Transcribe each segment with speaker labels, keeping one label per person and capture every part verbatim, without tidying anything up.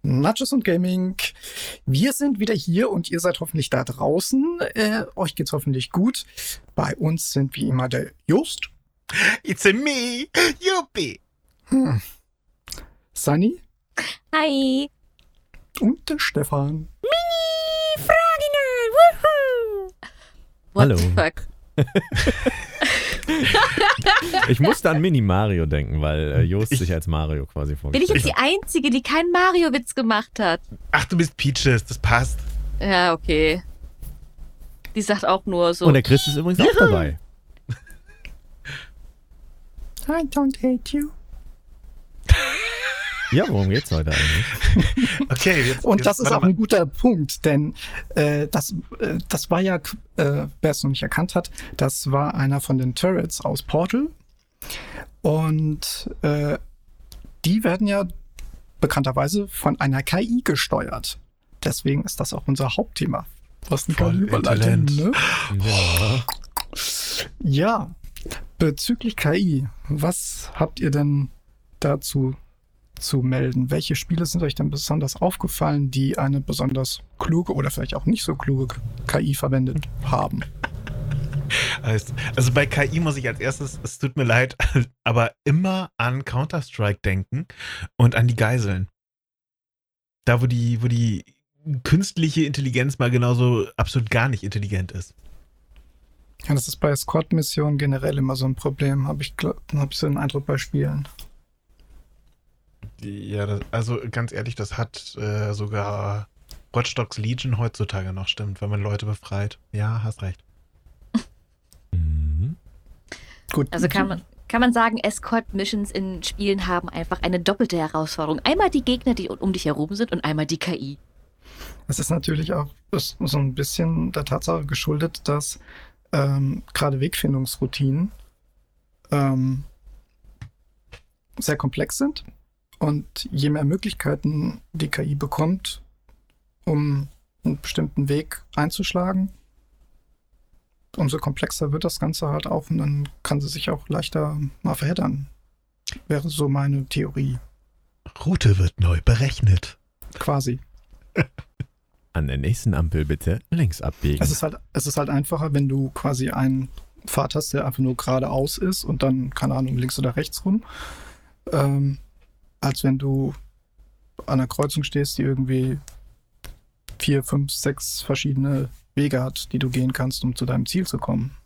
Speaker 1: Nachos und Gaming. Wir sind wieder hier und ihr seid hoffentlich da draußen. Äh, euch geht's hoffentlich gut. Bei uns sind wie immer der Just.
Speaker 2: It's a me, Yuppie.
Speaker 1: Hm. Sunny.
Speaker 3: Hi.
Speaker 1: Und der Stefan.
Speaker 3: Mini Ferdinand. Woohoo. What
Speaker 4: Hallo.
Speaker 3: the fuck?
Speaker 4: Ich musste an Mini Mario denken, weil äh, Jost
Speaker 2: Ich-
Speaker 4: sich als Mario quasi
Speaker 3: Bin
Speaker 4: vorgestellt
Speaker 3: ich jetzt
Speaker 4: hat.
Speaker 3: die Einzige, die keinen Mario-Witz gemacht hat?
Speaker 2: Ach, du bist Peaches, das passt.
Speaker 3: Ja, okay. Die sagt auch nur so.
Speaker 4: Und der Chris ist übrigens auch dabei.
Speaker 1: I don't hate you.
Speaker 4: Ja, worum geht's heute eigentlich?
Speaker 2: Okay, jetzt.
Speaker 1: Und
Speaker 2: jetzt,
Speaker 1: das ist
Speaker 2: warte
Speaker 1: auch
Speaker 2: mal.
Speaker 1: ein guter Punkt, denn äh, das, äh, das war ja, äh, wer es noch nicht erkannt hat, das war einer von den Turrets aus Portal. Und äh, die werden ja bekannterweise von einer K I gesteuert. Deswegen ist das auch unser Hauptthema. Was eine
Speaker 2: Voll
Speaker 1: geile Überleitung,
Speaker 2: Intelligenz.
Speaker 1: ne?
Speaker 4: Ja.
Speaker 1: Ja, bezüglich K I, was habt ihr denn dazu zu melden? Welche Spiele sind euch denn besonders aufgefallen, die eine besonders kluge oder vielleicht auch nicht so kluge K I verwendet haben?
Speaker 2: Also, also bei K I muss ich als erstes, es tut mir leid, aber immer an Counter-Strike denken und an die Geiseln. Da, wo die, wo die künstliche Intelligenz mal genauso absolut gar nicht intelligent ist.
Speaker 1: Ja, das ist bei Squad-Missionen generell immer so ein Problem, habe ich, gl- hab ich so den Eindruck bei Spielen.
Speaker 2: Ja, das, also ganz ehrlich, das hat äh, sogar Watch Dogs Legion heutzutage noch, stimmt, wenn man Leute befreit. Ja, hast recht.
Speaker 4: Mhm.
Speaker 1: Gut.
Speaker 3: Also kann man, kann man sagen, Escort-Missions in Spielen haben einfach eine doppelte Herausforderung. Einmal die Gegner, die um dich herum sind, und einmal die K I.
Speaker 1: Es ist natürlich auch ist so ein bisschen der Tatsache geschuldet, dass ähm, gerade Wegfindungsroutinen ähm, sehr komplex sind. Und je mehr Möglichkeiten die K I bekommt, um einen bestimmten Weg einzuschlagen, umso komplexer wird das Ganze halt auch und dann kann sie sich auch leichter mal verheddern. Wäre so meine Theorie,
Speaker 2: Route wird neu berechnet.
Speaker 1: quasi.
Speaker 4: An der nächsten Ampel bitte links abbiegen.
Speaker 1: Es ist halt, es ist halt einfacher, wenn du quasi einen Pfad hast, der einfach nur geradeaus ist und dann, keine Ahnung, links oder rechts rum, ähm, als wenn du an einer Kreuzung stehst, die irgendwie vier, fünf, sechs verschiedene Wege hat, die du gehen kannst, um zu deinem Ziel zu kommen.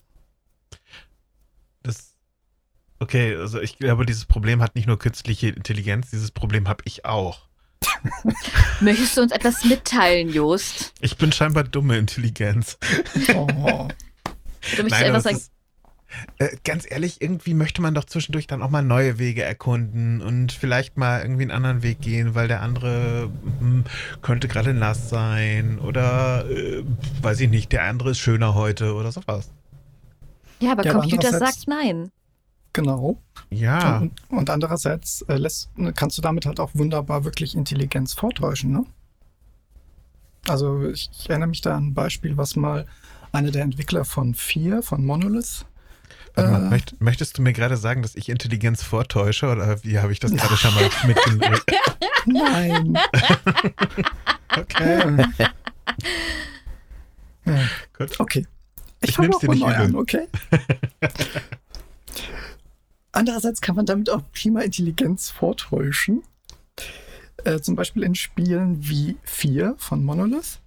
Speaker 2: Das. Okay, also ich glaube, dieses Problem hat nicht nur künstliche Intelligenz, dieses Problem habe ich auch.
Speaker 3: Möchtest du uns etwas mitteilen, Jost?
Speaker 2: Ich bin scheinbar dumme Intelligenz.
Speaker 1: Oh.
Speaker 3: Du möchtest
Speaker 2: Nein,
Speaker 3: einfach
Speaker 2: aber
Speaker 3: sagen,
Speaker 2: es ist, äh, ganz ehrlich, irgendwie möchte man doch zwischendurch dann auch mal neue Wege erkunden und vielleicht mal irgendwie einen anderen Weg gehen, weil der andere hm, könnte gerade nass sein oder äh, weiß ich nicht, der andere ist schöner heute oder sowas.
Speaker 3: ja, aber
Speaker 1: Ja, aber
Speaker 3: Computer
Speaker 1: andererseits-
Speaker 3: sagt nein.
Speaker 1: Genau.
Speaker 2: Ja,
Speaker 1: Und, und andererseits äh, lässt, kannst du damit halt auch wunderbar wirklich Intelligenz vortäuschen, ne? Also ich, ich erinnere mich da an ein Beispiel, was mal einer der Entwickler von vier, von Monolith,
Speaker 2: warte mal,
Speaker 1: äh,
Speaker 2: möcht, möchtest du mir gerade sagen, dass ich Intelligenz vortäusche oder wie habe ich das gerade schon mal mitgenommen?
Speaker 1: nein.
Speaker 2: Okay,
Speaker 1: Ja,
Speaker 2: gut.
Speaker 1: okay. Ich,
Speaker 2: Ich
Speaker 1: fange
Speaker 2: nehm's
Speaker 1: auch
Speaker 2: dir
Speaker 1: mal
Speaker 2: nicht
Speaker 1: neu
Speaker 2: übel.
Speaker 1: an, okay? Andererseits kann man damit auch prima Intelligenz vortäuschen. Äh, zum Beispiel in Spielen wie vier von Monolith.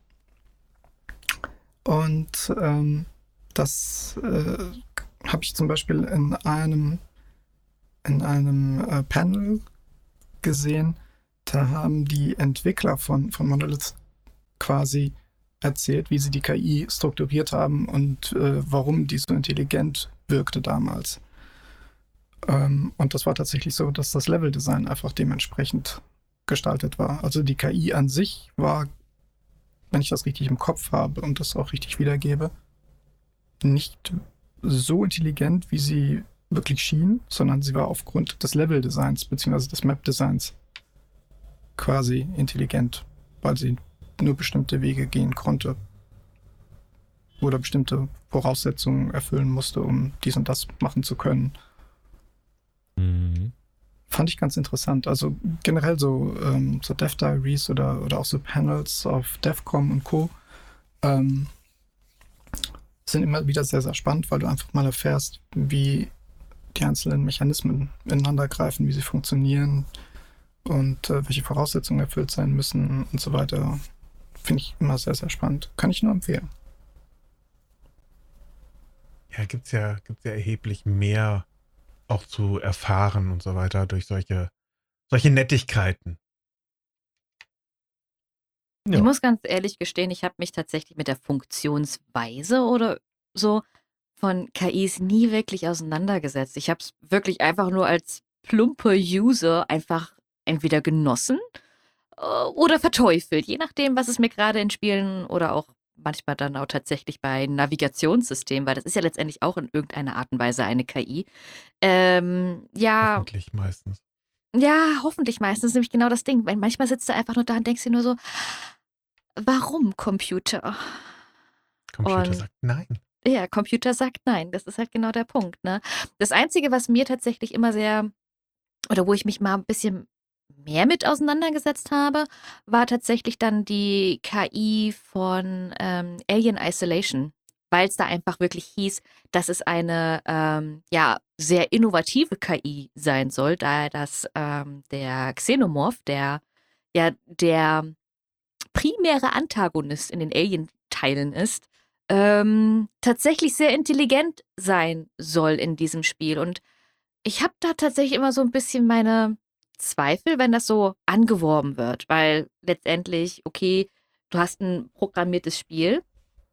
Speaker 1: Und ähm, das äh, habe ich zum Beispiel in einem, in einem äh, Panel gesehen. Da haben die Entwickler von, von Monolith quasi erzählt, wie sie die K I strukturiert haben und äh, warum die so intelligent wirkte damals. Ähm, und das war tatsächlich so, dass das Leveldesign einfach dementsprechend gestaltet war. Also die K I an sich war, wenn ich das richtig im Kopf habe und das auch richtig wiedergebe, nicht so intelligent, wie sie wirklich schien, sondern sie war aufgrund des Leveldesigns bzw. des Map-Designs quasi intelligent, weil sie nur bestimmte Wege gehen konnte oder bestimmte Voraussetzungen erfüllen musste, um dies und das machen zu können.
Speaker 4: Mhm.
Speaker 1: fand ich ganz interessant. Also generell so, ähm, so Dev Diaries oder, oder auch so Panels auf DevCom und Co. Ähm, sind immer wieder sehr, sehr spannend, weil du einfach mal erfährst, wie die einzelnen Mechanismen ineinander greifen, wie sie funktionieren und äh, welche Voraussetzungen erfüllt sein müssen und so weiter. Finde ich immer sehr, sehr spannend. Kann ich nur empfehlen.
Speaker 2: Ja, gibt's ja, gibt's ja erheblich mehr auch zu erfahren und so weiter durch solche, solche Nettigkeiten.
Speaker 4: Ja.
Speaker 3: Ich muss ganz ehrlich gestehen, ich habe mich tatsächlich mit der Funktionsweise oder so von K Is nie wirklich auseinandergesetzt. Ich habe es wirklich einfach nur als plumper User einfach entweder genossen äh, oder verteufelt, je nachdem, was es mir gerade in Spielen oder auch manchmal dann auch tatsächlich bei Navigationssystemen, weil das ist ja letztendlich auch in irgendeiner Art und Weise eine K I. Ähm, ja,
Speaker 2: Hoffentlich meistens.
Speaker 3: ja, hoffentlich meistens, nämlich genau das Ding. Weil manchmal sitzt du einfach nur da und denkst dir nur so, warum Computer?
Speaker 2: Computer
Speaker 3: Und
Speaker 2: sagt nein.
Speaker 3: ja, Computer sagt nein. Das ist halt genau der Punkt, ne? Das Einzige, was mir tatsächlich immer sehr, oder wo ich mich mal ein bisschen mehr mit auseinandergesetzt habe, war tatsächlich dann die K I von ähm, Alien Isolation, weil es da einfach wirklich hieß, dass es eine ähm, ja, sehr innovative K I sein soll, da das ähm, der Xenomorph, der ja der primäre Antagonist in den Alien-Teilen ist, ähm, tatsächlich sehr intelligent sein soll in diesem Spiel. Und ich habe da tatsächlich immer so ein bisschen meine Zweifel, wenn das so angeworben wird, weil letztendlich, okay, du hast ein programmiertes Spiel.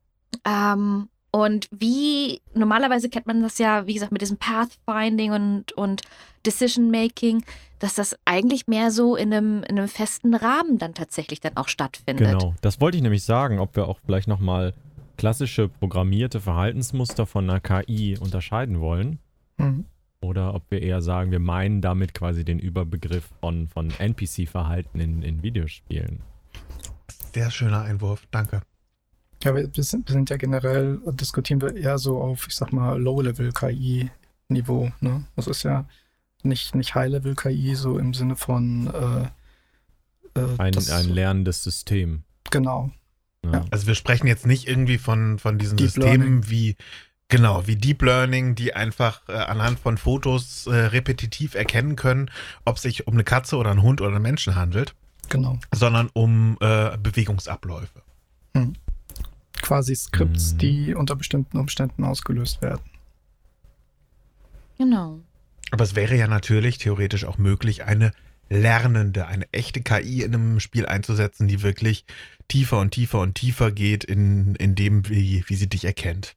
Speaker 3: Ähm, und wie, normalerweise kennt man das ja, wie gesagt, mit diesem Pathfinding und, und Decision-Making, dass das eigentlich mehr so in einem, in einem festen Rahmen dann tatsächlich dann auch stattfindet.
Speaker 4: Genau, das wollte ich nämlich sagen, ob wir auch vielleicht nochmal klassische programmierte Verhaltensmuster von einer K I unterscheiden wollen.
Speaker 1: Mhm.
Speaker 4: Oder ob wir eher sagen, wir meinen damit quasi den Überbegriff von, von N P C-Verhalten in, in Videospielen.
Speaker 2: Sehr schöner Einwurf, danke.
Speaker 1: Ja, wir wir sind, wir sind ja generell, diskutieren wir eher so auf, ich sag mal, Low-Level-K I-Niveau. Ne? Das ist ja nicht, nicht High-Level-K I, so im Sinne von äh, äh,
Speaker 4: Ein,
Speaker 1: das,
Speaker 4: ein lernendes System.
Speaker 1: Genau.
Speaker 4: Ja.
Speaker 1: Ja.
Speaker 2: Also wir sprechen jetzt nicht irgendwie von, von diesen
Speaker 1: Deep
Speaker 2: Systemen
Speaker 1: Learning.
Speaker 2: wie, genau, wie Deep Learning, die einfach äh, anhand von Fotos äh, repetitiv erkennen können, ob es sich um eine Katze oder einen Hund oder einen Menschen handelt,
Speaker 1: Genau.
Speaker 2: sondern um äh, Bewegungsabläufe.
Speaker 1: Hm. Quasi Skripts,
Speaker 4: Mhm.
Speaker 1: die unter bestimmten Umständen ausgelöst werden.
Speaker 3: Genau.
Speaker 2: Aber es wäre ja natürlich theoretisch auch möglich, eine lernende, eine echte K I in einem Spiel einzusetzen, die wirklich tiefer und tiefer und tiefer geht in, in dem, wie, wie sie dich erkennt.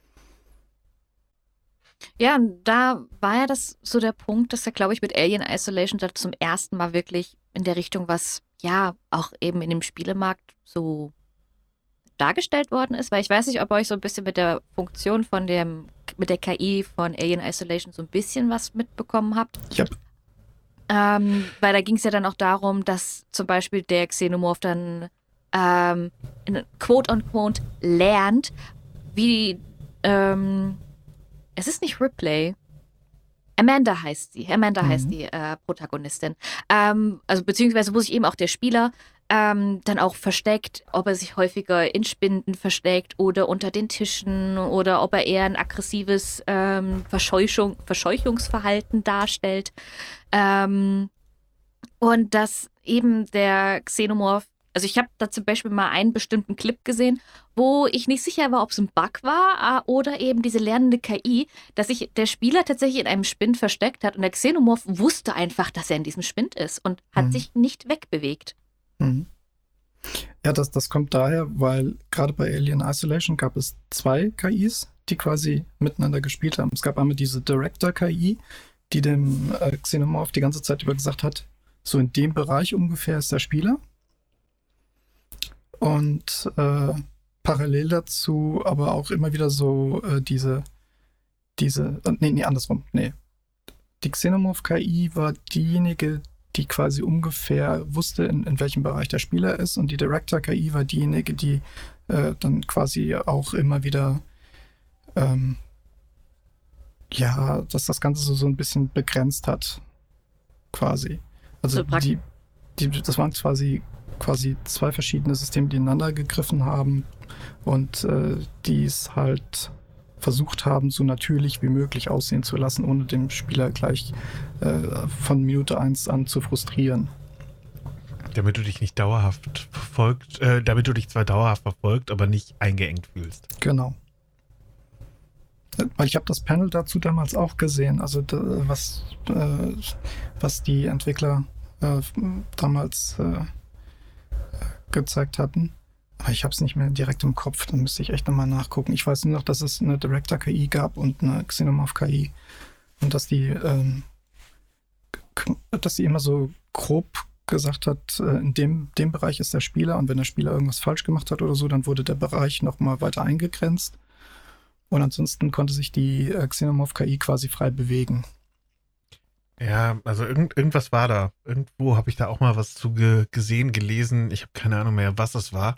Speaker 3: Ja, und da war ja das so der Punkt, dass er, glaube ich, mit Alien Isolation da zum ersten Mal wirklich in der Richtung, was ja auch eben in dem Spielemarkt so dargestellt worden ist, weil ich weiß nicht, ob ihr euch so ein bisschen mit der Funktion von dem, mit der K I von Alien Isolation so ein bisschen was mitbekommen habt.
Speaker 1: Ja.
Speaker 3: Ähm, weil da ging es ja dann auch darum, dass zum Beispiel der Xenomorph dann ähm, in, quote unquote lernt, wie ähm, es ist nicht Ripley. Amanda heißt sie. Amanda
Speaker 1: Mhm.
Speaker 3: heißt die äh, Protagonistin. Ähm, also beziehungsweise wo sich eben auch der Spieler ähm, dann auch versteckt, ob er sich häufiger in Spinden versteckt oder unter den Tischen oder ob er eher ein aggressives ähm, Verscheuchung, Verscheuchungsverhalten darstellt. Ähm, und dass eben der Xenomorph, also ich habe da zum Beispiel mal einen bestimmten Clip gesehen, wo ich nicht sicher war, ob es ein Bug war äh, oder eben diese lernende K I, dass sich der Spieler tatsächlich in einem Spind versteckt hat und der Xenomorph wusste einfach, dass er in diesem Spind ist und hat
Speaker 1: Mhm.
Speaker 3: sich nicht wegbewegt.
Speaker 1: Mhm. Ja, das, das kommt daher, weil gerade bei Alien Isolation gab es zwei K Is, die quasi miteinander gespielt haben. Es gab einmal diese Director-K I, die dem äh, Xenomorph die ganze Zeit über gesagt hat, so in dem Bereich ungefähr ist der Spieler. Und äh, parallel dazu aber auch immer wieder so äh, diese, diese, äh, nee, nee, andersrum, nee. Die Xenomorph-K I war diejenige, die quasi ungefähr wusste, in, in welchem Bereich der Spieler ist, und die Director-K I war diejenige, die äh, dann quasi auch immer wieder ähm, ja, dass das Ganze so, so ein bisschen begrenzt hat. quasi. Also
Speaker 3: So praktisch.
Speaker 1: die, die, das waren quasi, quasi zwei verschiedene Systeme, die ineinander gegriffen haben und äh, die es halt versucht haben, so natürlich wie möglich aussehen zu lassen, ohne den Spieler gleich äh, von Minute eins an zu frustrieren.
Speaker 2: Damit du dich nicht dauerhaft verfolgt, äh, damit du dich zwar dauerhaft verfolgt, aber nicht eingeengt fühlst.
Speaker 1: Genau. Weil ich habe das Panel dazu damals auch gesehen, also da, was, äh, was die Entwickler äh, damals äh, gezeigt hatten. Aber ich habe es nicht mehr direkt im Kopf, dann müsste ich echt nochmal nachgucken. Ich weiß nur noch, dass es eine Director-K I gab und eine Xenomorph-K I und dass die, ähm, k- dass die immer so grob gesagt hat, äh, in dem, dem Bereich ist der Spieler und wenn der Spieler irgendwas falsch gemacht hat oder so, dann wurde der Bereich nochmal weiter eingegrenzt und ansonsten konnte sich die äh, Xenomorph-K I quasi frei bewegen.
Speaker 2: Ja, also irgend, irgendwas war da. Irgendwo habe ich da auch mal was zu ge- gesehen, gelesen. Ich habe keine Ahnung mehr, was es war.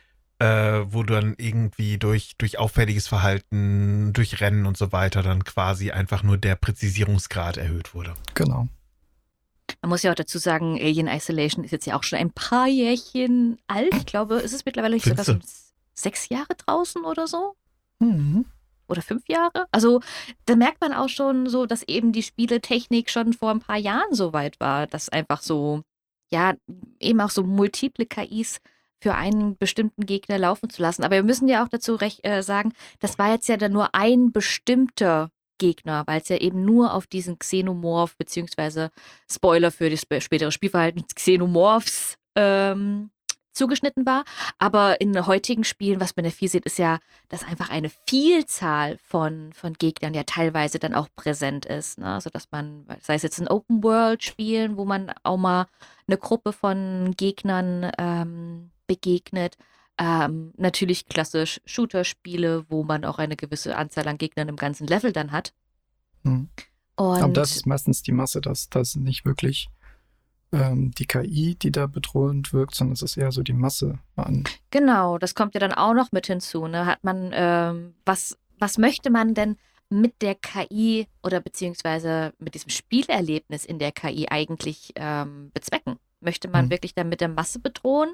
Speaker 2: Äh, wo dann irgendwie durch, durch auffälliges Verhalten, durch Rennen und so weiter dann quasi einfach nur der Präzisierungsgrad erhöht wurde.
Speaker 1: Genau.
Speaker 3: Man muss ja auch dazu sagen, Alien Isolation ist jetzt ja auch schon ein paar Jährchen alt. Ich glaube, ist es mittlerweile nicht sogar so
Speaker 2: Findest
Speaker 3: sechs Jahre draußen oder so?
Speaker 1: Mhm.
Speaker 3: Oder fünf Jahre? Also da merkt man auch schon so, dass eben die Spieletechnik schon vor ein paar Jahren so weit war, dass einfach so, ja, eben auch so multiple K Is für einen bestimmten Gegner laufen zu lassen. Aber wir müssen ja auch dazu recht, äh, sagen, das war jetzt ja dann nur ein bestimmter Gegner, weil es ja eben nur auf diesen Xenomorph, beziehungsweise Spoiler für das sp- spätere Spielverhalten Xenomorphs ähm, zugeschnitten war. Aber in heutigen Spielen, was man ja viel sieht, ist ja, dass einfach eine Vielzahl von, von Gegnern ja teilweise dann auch präsent ist. Ne? Also dass man, sei es jetzt in Open-World-Spielen, wo man auch mal eine Gruppe von Gegnern ähm, begegnet. Ähm, natürlich klassisch Shooter-Spiele, wo man auch eine gewisse Anzahl an Gegnern im ganzen Level dann hat.
Speaker 1: Mhm.
Speaker 3: Und
Speaker 1: Aber das ist meistens die Masse, dass das nicht wirklich ähm, die K I, die da bedrohend wirkt, sondern es ist eher so die Masse an.
Speaker 3: genau, das kommt ja dann auch noch mit hinzu. Ne? Hat man, ähm, was, was möchte man denn mit der K I oder beziehungsweise mit diesem Spielerlebnis in der K I eigentlich ähm, bezwecken? Möchte man
Speaker 1: Hm.
Speaker 3: wirklich dann mit der Masse bedrohen?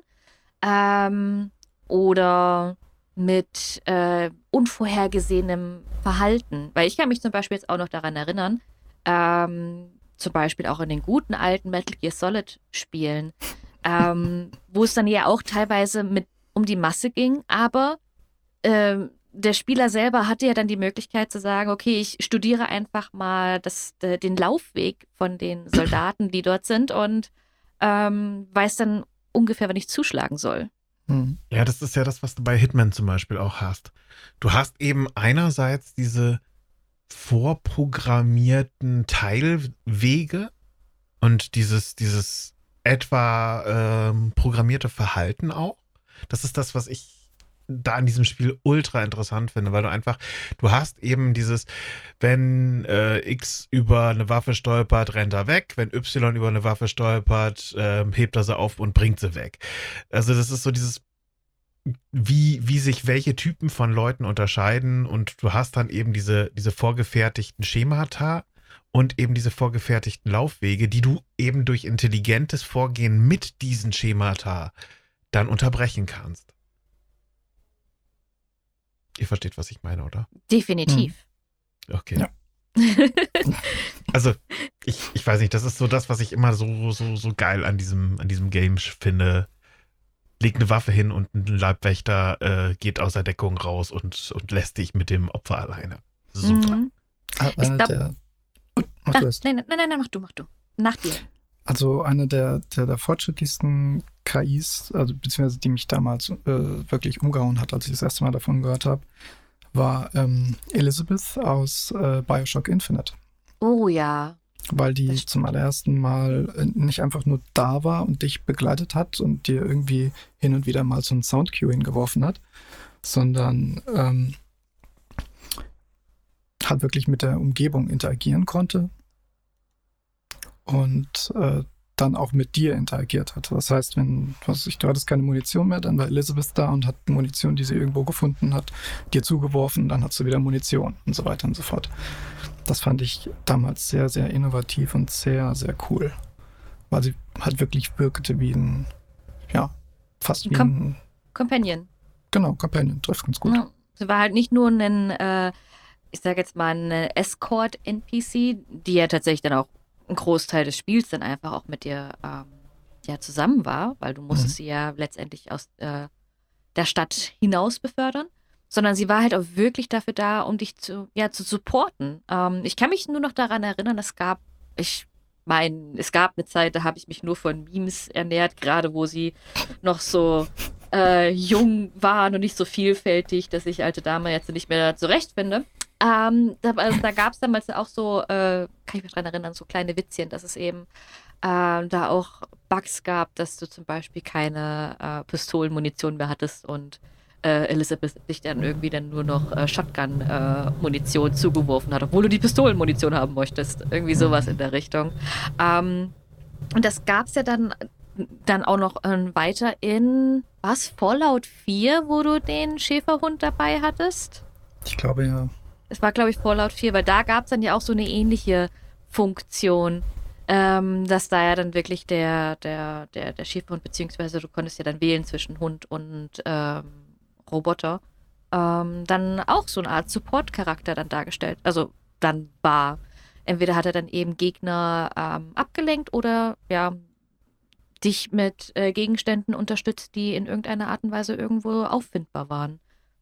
Speaker 3: Ähm, oder mit äh, unvorhergesehenem Verhalten? Weil ich kann mich zum Beispiel jetzt auch noch daran erinnern, ähm, zum Beispiel auch in den guten alten Metal Gear Solid Spielen, ähm, wo es dann ja auch teilweise mit um die Masse ging, aber ähm, der Spieler selber hatte ja dann die Möglichkeit zu sagen, okay, ich studiere einfach mal das, äh, den Laufweg von den Soldaten, die dort sind und ähm, weiß dann ungefähr, wann ich zuschlagen soll.
Speaker 1: Mhm.
Speaker 2: Ja, das ist ja das, was du bei Hitman zum Beispiel auch hast. Du hast eben einerseits diese vorprogrammierten Teilwege und dieses, dieses etwa ähm, programmierte Verhalten auch. Das ist das, was ich da an diesem Spiel ultra interessant finde, weil du einfach, du hast eben dieses, wenn äh, X über eine Waffe stolpert, rennt er weg, wenn Y über eine Waffe stolpert, äh, hebt er sie auf und bringt sie weg. Also das ist so dieses, wie, wie sich welche Typen von Leuten unterscheiden und du hast dann eben diese, diese vorgefertigten Schemata und eben diese vorgefertigten Laufwege, die du eben durch intelligentes Vorgehen mit diesen Schemata dann unterbrechen kannst. Ihr versteht, was ich meine, oder?
Speaker 3: Definitiv.
Speaker 2: Okay.
Speaker 1: Ja.
Speaker 2: Also, ich, ich weiß nicht, das ist so das, was ich immer so, so, so geil an diesem, an diesem Game finde. Leg eine Waffe hin und ein Leibwächter äh, geht aus der Deckung raus und, und lässt dich mit dem Opfer alleine. Super.
Speaker 3: Mhm.
Speaker 1: Eine
Speaker 3: glaub-
Speaker 1: der, mach
Speaker 3: Ah,
Speaker 1: du erst.
Speaker 3: nein, nein, nein, nein, mach du, mach du. Nach dir.
Speaker 1: Also eine der, der, der fortschrittlichsten K Is, also beziehungsweise die mich damals äh, wirklich umgehauen hat, als ich das erste Mal davon gehört habe, war ähm, Elizabeth aus äh, Bioshock Infinite.
Speaker 3: Oh ja.
Speaker 1: Weil die
Speaker 3: Das-
Speaker 1: zum allerersten Mal äh, nicht einfach nur da war und dich begleitet hat und dir irgendwie hin und wieder mal so ein Soundcue hingeworfen hat, sondern ähm, halt wirklich mit der Umgebung interagieren konnte und äh, dann auch mit dir interagiert hat. Das heißt, wenn was weiß ich, du hattest keine Munition mehr, dann war Elizabeth da und hat Munition, die sie irgendwo gefunden hat, dir zugeworfen, dann hast du wieder Munition und so weiter und so fort. Das fand ich damals sehr, sehr innovativ und sehr, sehr cool. weil sie halt wirklich wirkte wie ein, ja, fast wie
Speaker 3: Com-
Speaker 1: ein,
Speaker 3: Companion.
Speaker 1: genau, Companion, trifft ganz gut.
Speaker 3: Ja. Sie war halt nicht nur ein, äh, ich sage jetzt mal, eine Escort-N P C, die ja tatsächlich dann auch ein Großteil des Spiels dann einfach auch mit dir ähm, ja, zusammen war, weil du musstest
Speaker 1: Mhm.
Speaker 3: sie ja letztendlich aus äh, der Stadt hinaus befördern, sondern sie war halt auch wirklich dafür da, um dich zu, ja, zu supporten. Ähm, ich kann mich nur noch daran erinnern, es gab, ich meine, es gab eine Zeit, da habe ich mich nur von Memes ernährt, gerade wo sie noch so äh, jung waren und nicht so vielfältig, dass ich alte Dame jetzt nicht mehr zurechtfinde. Ähm, da also, da gab es damals auch so, äh, kann ich mich dran erinnern, so kleine Witzchen, dass es eben ähm, da auch Bugs gab, dass du zum Beispiel keine äh, Pistolenmunition mehr hattest und äh, Elizabeth dich dann irgendwie dann nur noch äh, Shotgun-Munition zugeworfen hat, obwohl du die Pistolenmunition haben möchtest. Irgendwie sowas in der Richtung. Ähm, und das gab es ja dann, dann auch noch äh, weiter in, was, Fallout vier, wo du den Schäferhund dabei hattest?
Speaker 1: Ich glaube ja.
Speaker 3: Es war, glaube ich, Fallout vier, weil da gab es dann ja auch so eine ähnliche Funktion, ähm, dass da ja dann wirklich der, der, der, der Schäferhund, beziehungsweise du konntest ja dann wählen zwischen Hund und ähm, Roboter, ähm, dann auch so eine Art Support-Charakter dann dargestellt, also dann war. Entweder hat er dann eben Gegner ähm, abgelenkt oder ja, dich mit äh, Gegenständen unterstützt, die in irgendeiner Art und Weise irgendwo auffindbar waren.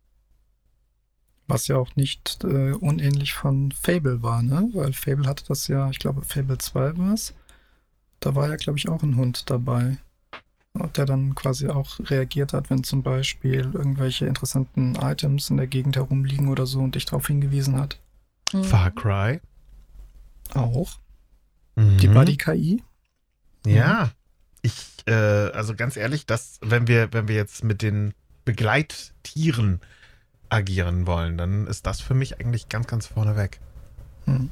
Speaker 1: Was ja auch nicht äh, unähnlich von Fable war, ne? Weil Fable hatte das ja, ich glaube, Fable zwei war es. Da war ja, glaube ich, auch ein Hund dabei. Der dann quasi auch reagiert hat, wenn zum Beispiel irgendwelche interessanten Items in der Gegend herumliegen oder so und dich darauf hingewiesen hat.
Speaker 3: Mhm.
Speaker 2: Far Cry.
Speaker 1: Auch.
Speaker 2: Mhm.
Speaker 1: Die Buddy-K I.
Speaker 2: Ja. Ich, äh, also ganz ehrlich, das, wenn wir, wenn wir jetzt mit den Begleittieren agieren wollen, dann ist das für mich eigentlich ganz, ganz vorne weg.
Speaker 1: Hm.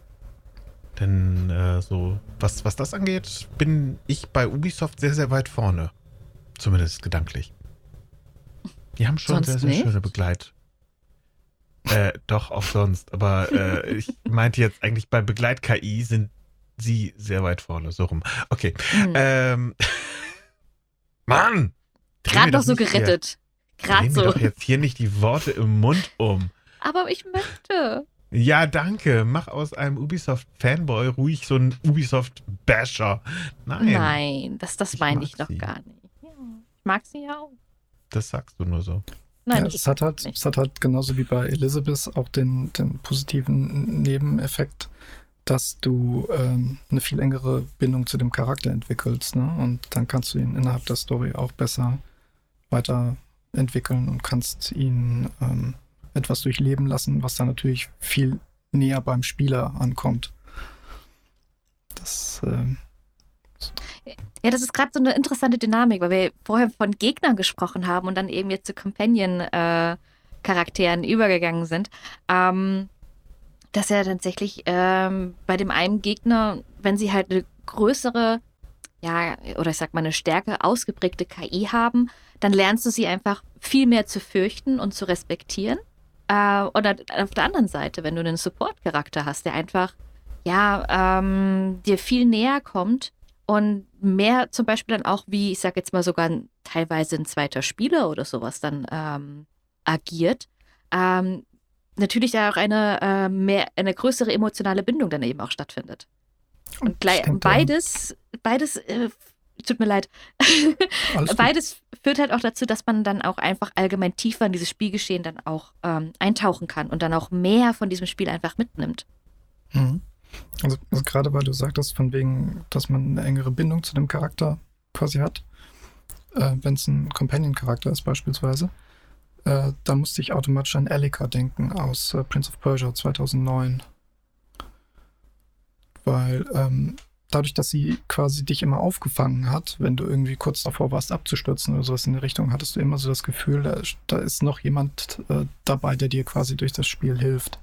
Speaker 2: Denn äh, so, was, was das angeht, bin ich bei Ubisoft sehr, sehr weit vorne. Zumindest gedanklich. Die haben schon
Speaker 3: Sonst
Speaker 2: sehr, sehr
Speaker 3: nicht?
Speaker 2: schöne Begleit. Äh, doch, auch sonst. Aber äh, ich meinte jetzt eigentlich bei Begleit-K I sind sie sehr weit vorne, so rum. Okay.
Speaker 3: Mhm.
Speaker 2: Ähm. Mann! Dreh
Speaker 3: Gerade
Speaker 2: mir
Speaker 3: noch
Speaker 2: doch
Speaker 3: so
Speaker 2: nicht hier-
Speaker 3: gerettet. Gerade
Speaker 2: Dreh mir
Speaker 3: so.
Speaker 2: doch jetzt hier nicht die Worte im Mund um.
Speaker 3: Aber ich möchte.
Speaker 2: Ja, danke. Mach aus einem Ubisoft-Fanboy ruhig so einen Ubisoft-Basher. Nein,
Speaker 3: Nein, das, das
Speaker 2: Ich
Speaker 3: meine
Speaker 2: mag
Speaker 3: ich doch
Speaker 2: sie.
Speaker 3: gar nicht. Ja, ich mag sie ja auch.
Speaker 2: das sagst du nur so.
Speaker 3: Nein,
Speaker 1: Ja,
Speaker 3: ich
Speaker 1: es hat halt,
Speaker 3: nicht.
Speaker 1: es hat halt genauso wie bei Elizabeth auch den, den positiven Nebeneffekt, dass du ähm, eine viel engere Bindung zu dem Charakter entwickelst, ne? Und dann kannst du ihn innerhalb der Story auch besser weiterentwickeln und kannst ihn ähm, etwas durchleben lassen, was dann natürlich viel näher beim Spieler ankommt. Das ähm,
Speaker 3: Ja, das ist gerade so eine interessante Dynamik, weil wir vorher von Gegnern gesprochen haben und dann eben jetzt zu Companion-Charakteren übergegangen sind. Ähm, dass ja tatsächlich ähm, bei dem einen Gegner, wenn sie halt eine größere, ja, oder ich sag mal eine stärker ausgeprägte K I haben, dann lernst du sie einfach viel mehr zu fürchten und zu respektieren. Äh, oder auf der anderen Seite, wenn du einen Support-Charakter hast, der einfach, ja, ähm, dir viel näher kommt und mehr zum Beispiel dann auch wie, ich sag jetzt mal sogar ein, teilweise ein zweiter Spieler oder sowas dann ähm, agiert, ähm, natürlich auch eine, äh, mehr, eine größere emotionale Bindung dann eben auch stattfindet. Und gleich,
Speaker 1: ich denke, da-
Speaker 3: beides, beides, äh, tut mir leid,
Speaker 1: Alles gut.
Speaker 3: beides führt halt auch dazu, dass man dann auch einfach allgemein tiefer in dieses Spielgeschehen dann auch ähm, eintauchen kann und dann auch mehr von diesem Spiel einfach mitnimmt.
Speaker 1: Mhm. Also, also gerade weil du sagtest, von wegen, dass man eine engere Bindung zu dem Charakter quasi hat, äh, wenn es ein Companion-Charakter ist beispielsweise, äh, da musste ich automatisch an Elika denken aus äh, Prince of Persia zweitausendneun. Weil ähm, dadurch, dass sie quasi dich immer aufgefangen hat, wenn du irgendwie kurz davor warst abzustürzen oder sowas in die Richtung, hattest du immer so das Gefühl, da, ist- da ist noch jemand äh, dabei, der dir quasi durch das Spiel hilft.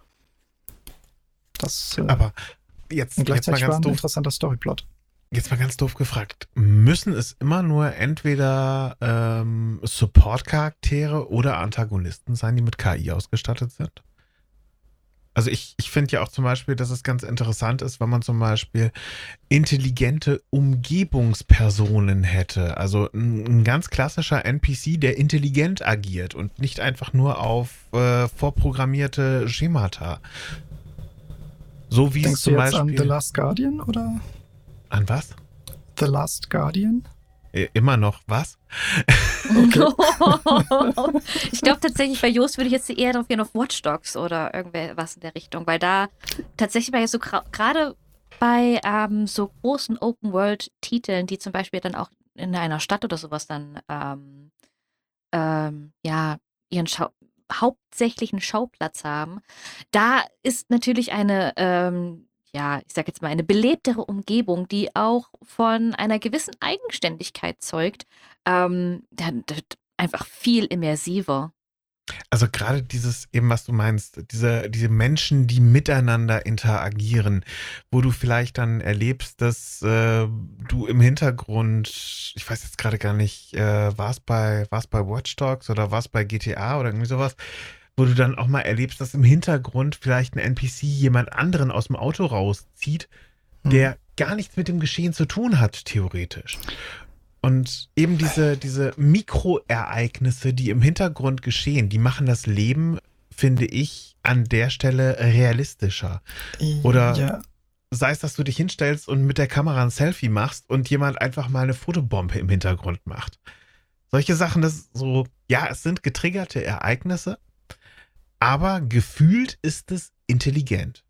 Speaker 1: Das äh,
Speaker 2: Aber jetzt,
Speaker 1: und
Speaker 2: jetzt mal
Speaker 1: gleichzeitig war
Speaker 2: ganz
Speaker 1: ein
Speaker 2: doof.
Speaker 1: interessanter Storyplot.
Speaker 2: Jetzt mal ganz doof gefragt. Müssen es immer nur entweder ähm, Support-Charaktere oder Antagonisten sein, die mit K I ausgestattet sind? Also ich, ich finde ja auch zum Beispiel, dass es ganz interessant ist, wenn man zum Beispiel intelligente Umgebungspersonen hätte. Also ein, ein ganz klassischer N P C, der intelligent agiert und nicht einfach nur auf äh, vorprogrammierte Schemata. So wie es
Speaker 1: Denkst du
Speaker 2: zum
Speaker 1: jetzt an The
Speaker 2: Beispiel...
Speaker 1: Last Guardian oder
Speaker 2: An was?
Speaker 1: The Last Guardian?
Speaker 2: Äh, Immer noch was?
Speaker 3: Ich glaube tatsächlich, bei Jost würde ich jetzt eher darauf gehen, auf Watch Dogs oder irgendwas in der Richtung, weil da tatsächlich bei so gra- gerade bei ähm, so großen Open-World-Titeln, die zum Beispiel dann auch in einer Stadt oder sowas dann ähm, ähm, ja ihren Schau hauptsächlichen Schauplatz haben, da ist natürlich eine ähm, ja, ich sag jetzt mal, eine belebtere Umgebung, die auch von einer gewissen Eigenständigkeit zeugt, ähm, dann- dann einfach viel immersiver.
Speaker 2: Also gerade dieses, eben was du meinst, diese, diese Menschen, die miteinander interagieren, wo du vielleicht dann erlebst, dass äh, du im Hintergrund, ich weiß jetzt gerade gar nicht, äh, war es bei, war es bei Watch Dogs oder war es bei G T A oder irgendwie sowas, wo du dann auch mal erlebst, dass im Hintergrund vielleicht ein N P C jemand anderen aus dem Auto rauszieht, der gar nichts mit dem Geschehen zu tun hat, theoretisch. Und eben diese, diese Mikroereignisse, die im Hintergrund geschehen, die machen das Leben, finde ich, an der Stelle realistischer. Oder
Speaker 1: Ja,
Speaker 2: sei es, dass du dich hinstellst und mit der Kamera ein Selfie machst und jemand einfach mal eine Fotobombe im Hintergrund macht. Solche Sachen, das ist so, ja, es sind getriggerte Ereignisse, aber gefühlt ist es intelligent.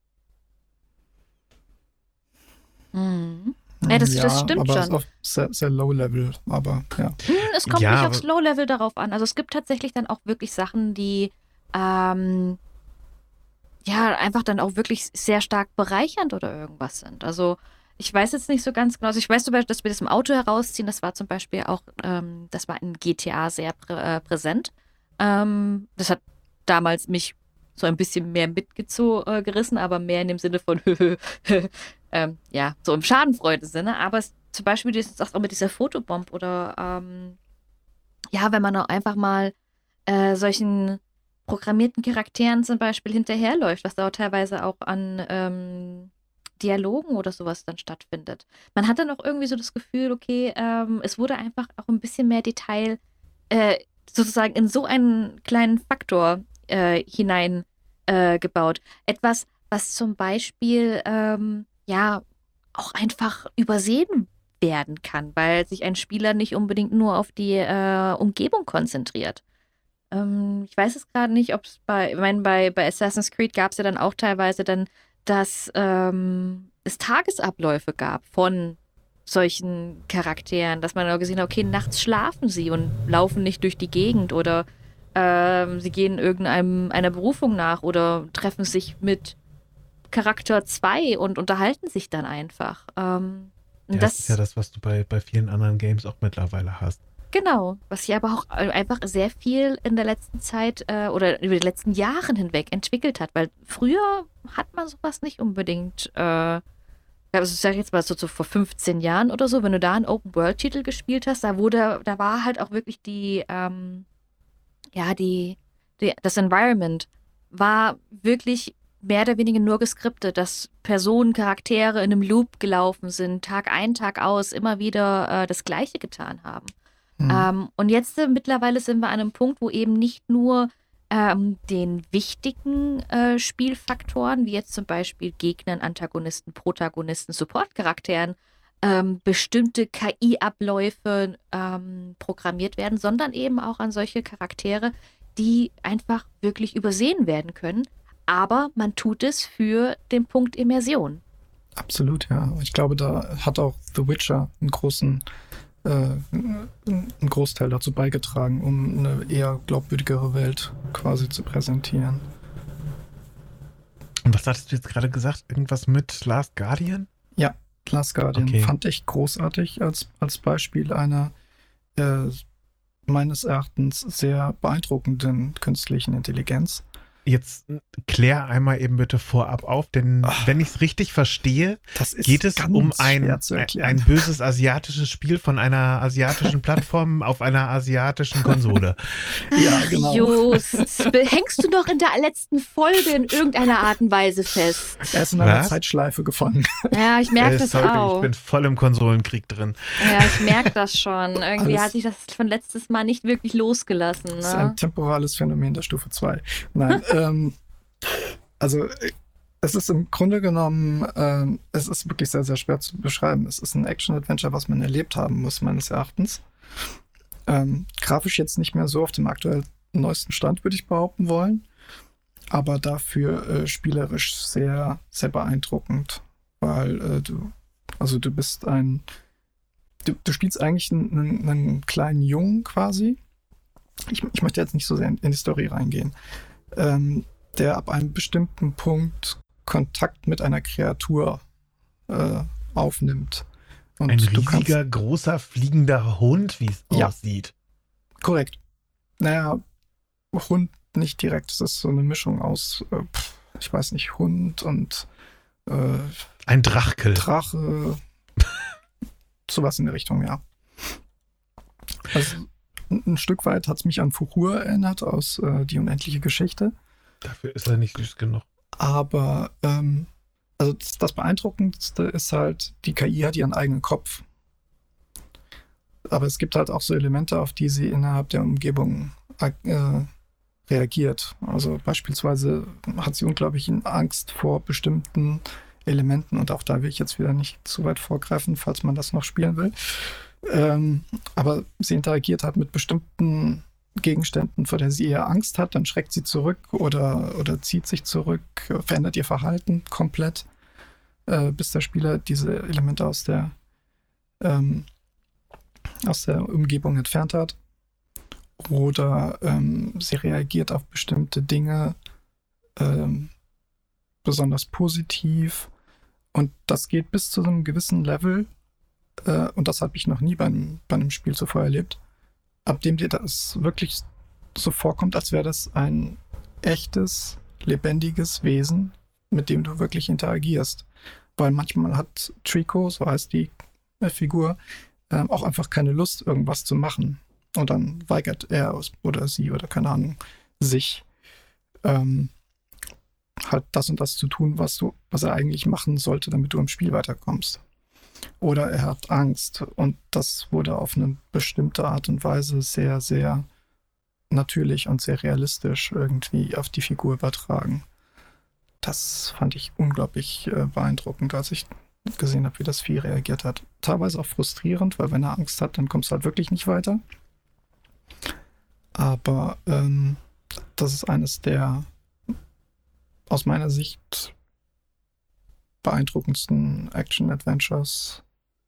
Speaker 3: Mhm. Ja, das- das stimmt
Speaker 1: aber es ist
Speaker 3: schon.
Speaker 1: auch sehr, sehr low-level, aber ja.
Speaker 3: Hm, es kommt
Speaker 2: Ja,
Speaker 3: nicht
Speaker 2: aber-
Speaker 3: aufs Low-Level darauf an. Also es gibt tatsächlich dann auch wirklich Sachen, die ähm, ja einfach dann auch wirklich sehr stark bereichernd oder irgendwas sind. Also ich weiß jetzt nicht so ganz genau. Also ich weiß zum Beispiel, dass wir das im Auto herausziehen, das war zum Beispiel auch, ähm, das war in G T A sehr prä äh, präsent. Ähm, das hat damals mich so ein bisschen mehr mitgerissen, äh, gerissen, aber mehr in dem Sinne von ähm, ja, so im Schadenfreude-Sinne. Aber es, zum Beispiel das auch mit dieser Fotobomb oder ähm, ja, wenn man auch einfach mal äh, solchen programmierten Charakteren zum Beispiel hinterherläuft, was da auch teilweise auch an ähm, Dialogen oder sowas dann stattfindet. Man hat dann auch irgendwie so das Gefühl, okay, ähm, es wurde einfach auch ein bisschen mehr Detail äh, sozusagen in so einen kleinen Faktor äh, hinein äh, gebaut. Etwas, was zum Beispiel ähm, ja auch einfach übersehen werden kann, weil sich ein Spieler nicht unbedingt nur auf die äh, Umgebung konzentriert. Ähm, ich weiß es gerade nicht, ob es bei, ich meine, bei, bei Assassin's Creed gab es ja dann auch teilweise dann, dass ähm, es Tagesabläufe gab von solchen Charakteren, dass man auch gesehen hat, okay, nachts schlafen sie und laufen nicht durch die Gegend oder ähm, sie gehen irgendeinem einer Berufung nach oder treffen sich mit Charakter zwei und unterhalten sich dann einfach. Ähm, und
Speaker 2: Ja, das ist ja das, was du bei, bei vielen anderen Games auch mittlerweile hast.
Speaker 3: Genau, was sich aber auch einfach sehr viel in der letzten Zeit äh, oder über die letzten Jahren hinweg entwickelt hat, weil früher hat man sowas nicht unbedingt, äh, also ich sag jetzt mal so, so vor fünfzehn Jahren oder so, wenn du da einen Open-World-Titel gespielt hast, da wurde, da war halt auch wirklich die, ähm, ja, die, die, das Environment war wirklich mehr oder weniger nur geskriptet, dass Personen, Charaktere in einem Loop gelaufen sind, Tag ein, Tag aus, immer wieder äh, das Gleiche getan haben.
Speaker 1: Hm.
Speaker 3: Ähm, und jetzt äh, mittlerweile sind wir an einem Punkt, wo eben nicht nur ähm, den wichtigen äh, Spielfaktoren, wie jetzt zum Beispiel Gegnern, Antagonisten, Protagonisten, Support-Charakteren, ähm, bestimmte K I-Abläufe ähm, programmiert werden, sondern eben auch an solche Charaktere, die einfach wirklich übersehen werden können. Aber man tut es für den Punkt Immersion.
Speaker 1: Absolut, ja. Ich glaube, da hat auch The Witcher einen großen äh, einen Großteil dazu beigetragen, um eine eher glaubwürdigere Welt quasi zu präsentieren.
Speaker 2: Und was hattest du jetzt gerade gesagt? Irgendwas mit Last Guardian?
Speaker 1: Ja, Last Guardian
Speaker 2: Okay.
Speaker 1: fand ich großartig als, als Beispiel einer äh, meines Erachtens sehr beeindruckenden künstlichen Intelligenz.
Speaker 2: Jetzt klär einmal eben bitte vorab auf, denn
Speaker 1: Ach,
Speaker 2: wenn ich es richtig verstehe,
Speaker 1: das ist
Speaker 2: geht es
Speaker 1: ganz
Speaker 2: um ein,
Speaker 1: schwer zu
Speaker 2: ein,
Speaker 1: erklären.
Speaker 2: ein böses asiatisches Spiel von einer asiatischen Plattform auf einer asiatischen Konsole.
Speaker 1: Ja, genau.
Speaker 3: Just, hängst du noch in der letzten Folge in irgendeiner Art und Weise fest?
Speaker 1: Er ist in einer
Speaker 2: Was?
Speaker 1: Zeitschleife gefangen.
Speaker 3: Ja, ich merke
Speaker 2: Äh,
Speaker 3: das
Speaker 2: sorry,
Speaker 3: auch.
Speaker 2: ich bin voll im Konsolenkrieg drin.
Speaker 3: Ja, ich merke das schon. Irgendwie
Speaker 1: Alles-
Speaker 3: hat sich das von letztes Mal nicht wirklich losgelassen.
Speaker 1: Das ist ein
Speaker 3: Ne?
Speaker 1: temporales Phänomen der Stufe zwei. Nein, ähm, also äh, es ist im Grunde genommen, ähm, es ist wirklich sehr, sehr schwer zu beschreiben. Es ist ein Action-Adventure, was man erlebt haben muss, meines Erachtens. Ähm, grafisch jetzt nicht mehr so auf dem aktuell neuesten Stand, würde ich behaupten wollen. Aber dafür äh, spielerisch sehr, sehr beeindruckend. Weil äh, du, also du bist ein, du, du spielst eigentlich einen, einen, einen kleinen Jungen quasi. Ich, ich möchte jetzt nicht so sehr in, in die Story reingehen. Ähm, der ab einem bestimmten Punkt Kontakt mit einer Kreatur äh, aufnimmt. Und
Speaker 2: Ein
Speaker 1: du kannst,
Speaker 2: riesiger, großer, fliegender Hund, wie es
Speaker 1: Ja.
Speaker 2: aussieht.
Speaker 1: korrekt. Naja, Hund nicht direkt. Es ist so eine Mischung aus, äh, pf, ich weiß nicht, Hund und äh,
Speaker 2: Ein Drachkel.
Speaker 1: Drache. Sowas in der Richtung, ja. Also ein, ein Stück weit hat es mich an Fuchur erinnert aus äh, Die unendliche Geschichte.
Speaker 2: Dafür ist er nicht süß genug.
Speaker 1: Aber ähm, also das, das Beeindruckendste ist halt, die K I hat ihren eigenen Kopf. Aber es gibt halt auch so Elemente, auf die sie innerhalb der Umgebung äh, reagiert. Also beispielsweise hat sie unglaublich Angst vor bestimmten Elementen und auch da will ich jetzt wieder nicht zu weit vorgreifen, falls man das noch spielen will. Ähm, aber sie interagiert halt mit bestimmten Gegenständen, vor der sie eher Angst hat, dann schreckt sie zurück oder, oder zieht sich zurück, verändert ihr Verhalten komplett, äh, bis der Spieler diese Elemente aus der, ähm, aus der Umgebung entfernt hat. Oder ähm, sie reagiert auf bestimmte Dinge ähm, besonders positiv. Und das geht bis zu einem gewissen Level. Äh, und das habe ich noch nie bei einem, bei einem Spiel zuvor erlebt. Ab dem dir das wirklich so vorkommt, als wäre das ein echtes, lebendiges Wesen, mit dem du wirklich interagierst. Weil manchmal hat Trico, so heißt die äh, Figur, äh, auch einfach keine Lust, irgendwas zu machen. Und dann weigert er oder sie oder keine Ahnung sich, ähm, halt das und das zu tun, was du, was er eigentlich machen sollte, damit du im Spiel weiterkommst. Oder er hat Angst und das wurde auf eine bestimmte Art und Weise sehr, sehr natürlich und sehr realistisch irgendwie auf die Figur übertragen. Das fand ich unglaublich äh, beeindruckend, als ich gesehen habe, wie das Vieh reagiert hat. Teilweise auch frustrierend, weil wenn er Angst hat, dann kommst du halt wirklich nicht weiter. Aber ähm, das ist eines der aus meiner Sicht beeindruckendsten Action-Adventures,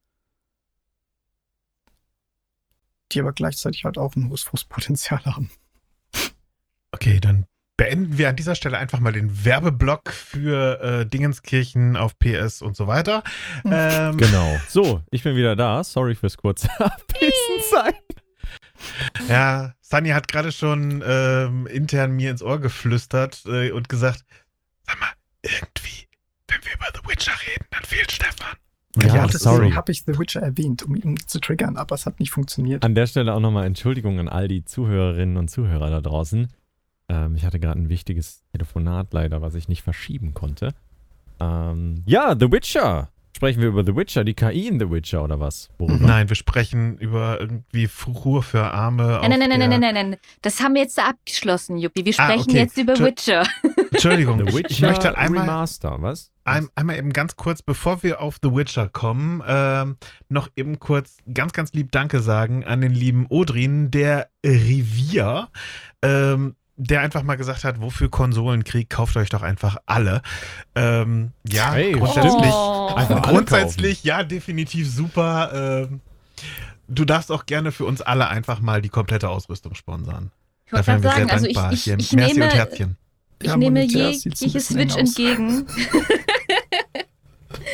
Speaker 1: die aber gleichzeitig halt auch ein hohes Frustpotenzial haben.
Speaker 2: Okay, dann beenden wir an dieser Stelle einfach mal den Werbeblock für äh, Dingenskirchen auf P S und so weiter. Ähm,
Speaker 4: Genau. So, ich bin wieder da. Sorry fürs kurze Abwesensein.
Speaker 2: Ja, Sunny hat gerade schon ähm, intern mir ins Ohr geflüstert äh, und gesagt, sag mal, irgendwie, wenn wir über The Witcher reden, dann fehlt Stefan.
Speaker 4: Ja, sorry.
Speaker 1: habe ich The Witcher erwähnt, um ihn zu triggern, aber es hat nicht funktioniert.
Speaker 4: An der Stelle auch nochmal Entschuldigung an all die Zuhörerinnen und Zuhörer da draußen. Ähm, ich hatte gerade ein wichtiges Telefonat leider, was ich nicht verschieben konnte. Ähm, ja, The Witcher. Sprechen wir über The Witcher, die K I in The Witcher oder was? Worüber?
Speaker 2: Nein, wir sprechen über irgendwie Fuchur für Arme.
Speaker 3: Nein, nein,
Speaker 2: auf
Speaker 3: nein,
Speaker 2: der-
Speaker 3: nein, nein, nein, nein. Das haben wir jetzt abgeschlossen, Juppie. Wir
Speaker 2: Ah,
Speaker 3: sprechen
Speaker 2: okay.
Speaker 3: jetzt über
Speaker 2: Tschö-
Speaker 3: Witcher.
Speaker 2: Entschuldigung,
Speaker 4: The
Speaker 2: ich
Speaker 4: Witcher
Speaker 2: möchte einmal,
Speaker 4: Remaster, was?
Speaker 2: ein, einmal eben ganz kurz, bevor wir auf The Witcher kommen, ähm, noch eben kurz ganz, ganz lieb Danke sagen an den lieben Odrin, der Rivier, ähm, der einfach mal gesagt hat, wofür Konsolenkrieg, kauft euch doch einfach alle. Ähm, ja,
Speaker 4: Hey,
Speaker 2: grundsätzlich,
Speaker 3: Oh.
Speaker 4: Einfach alle
Speaker 2: grundsätzlich, ja, definitiv super. Ähm, du darfst auch gerne für uns alle einfach mal die komplette Ausrüstung sponsern.
Speaker 3: Ich wollte
Speaker 2: Dafür
Speaker 3: gerade
Speaker 2: wären wir
Speaker 3: sagen,
Speaker 2: sehr
Speaker 3: also ich,
Speaker 2: dankbar.
Speaker 3: ich,
Speaker 2: Hier,
Speaker 3: ich
Speaker 2: Merci
Speaker 3: nehme,
Speaker 2: und Herzchen.
Speaker 3: ich
Speaker 1: Ja,
Speaker 3: nehme
Speaker 1: monetär sieht's ein
Speaker 3: jegliche
Speaker 1: bisschen
Speaker 3: Switch
Speaker 1: eng aus.
Speaker 3: entgegen.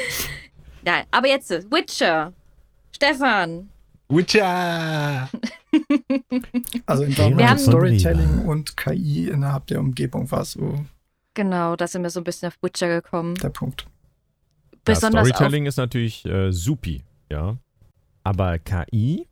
Speaker 3: Nein, aber jetzt Witcher. Stefan.
Speaker 2: Witcher!
Speaker 1: Also in
Speaker 4: Wir
Speaker 1: Form
Speaker 3: haben-
Speaker 1: Storytelling und K I innerhalb der Umgebung war so
Speaker 3: Genau, da sind wir so ein bisschen auf Witcher gekommen.
Speaker 1: der Punkt.
Speaker 3: Besonders
Speaker 4: ja, Storytelling ist natürlich äh, supi, ja. Aber K I,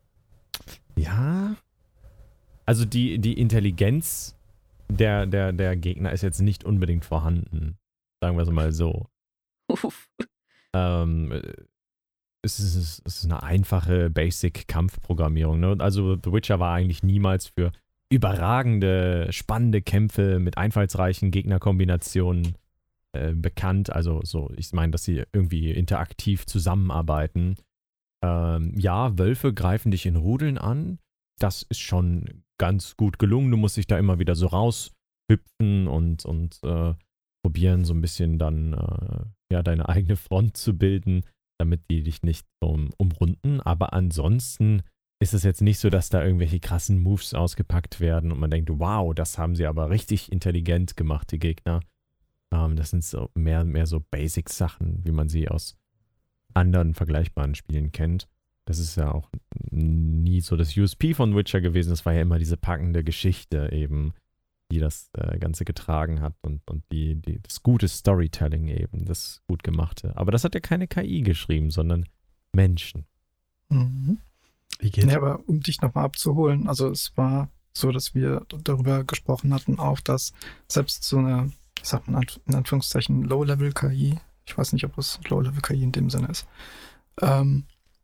Speaker 4: ja. Also die, die Intelligenz der, der, der Gegner ist jetzt nicht unbedingt vorhanden. Sagen wir es mal so.
Speaker 3: auf.
Speaker 4: Ähm, es, ist, es ist eine einfache Basic-Kampfprogrammierung. Ne? Also The Witcher war eigentlich niemals für überragende, spannende Kämpfe mit einfallsreichen Gegnerkombinationen äh, bekannt. Also so, ich meine, dass sie irgendwie interaktiv zusammenarbeiten. Ähm, ja, Wölfe greifen dich in Rudeln an. Das ist schon ganz gut gelungen. Du musst dich da immer wieder so raushüpfen und, und äh, probieren, so ein bisschen dann äh, ja, deine eigene Front zu bilden, damit die dich nicht um, umrunden. Aber ansonsten ist es jetzt nicht so, dass da irgendwelche krassen Moves ausgepackt werden und man denkt, wow, das haben sie aber richtig intelligent gemacht, die Gegner. Ähm, das sind so mehr, mehr so Basic-Sachen, wie man sie aus anderen vergleichbaren Spielen kennt. Das ist ja auch nie so das U S P von Witcher gewesen. Das war ja immer diese packende Geschichte eben, die das äh, Ganze getragen hat und, und die, die, das gute Storytelling eben, das gut gemachte. Aber das hat ja keine K I geschrieben, sondern Menschen.
Speaker 1: Mhm.
Speaker 2: Wie geht's?
Speaker 1: Ja, aber um dich nochmal abzuholen, also es war so, dass wir darüber gesprochen hatten, auch dass selbst so eine, ich sag mal in Anführungszeichen, Low-Level-K I, ich weiß nicht, ob es Low-Level-K I in dem Sinne ist, ähm,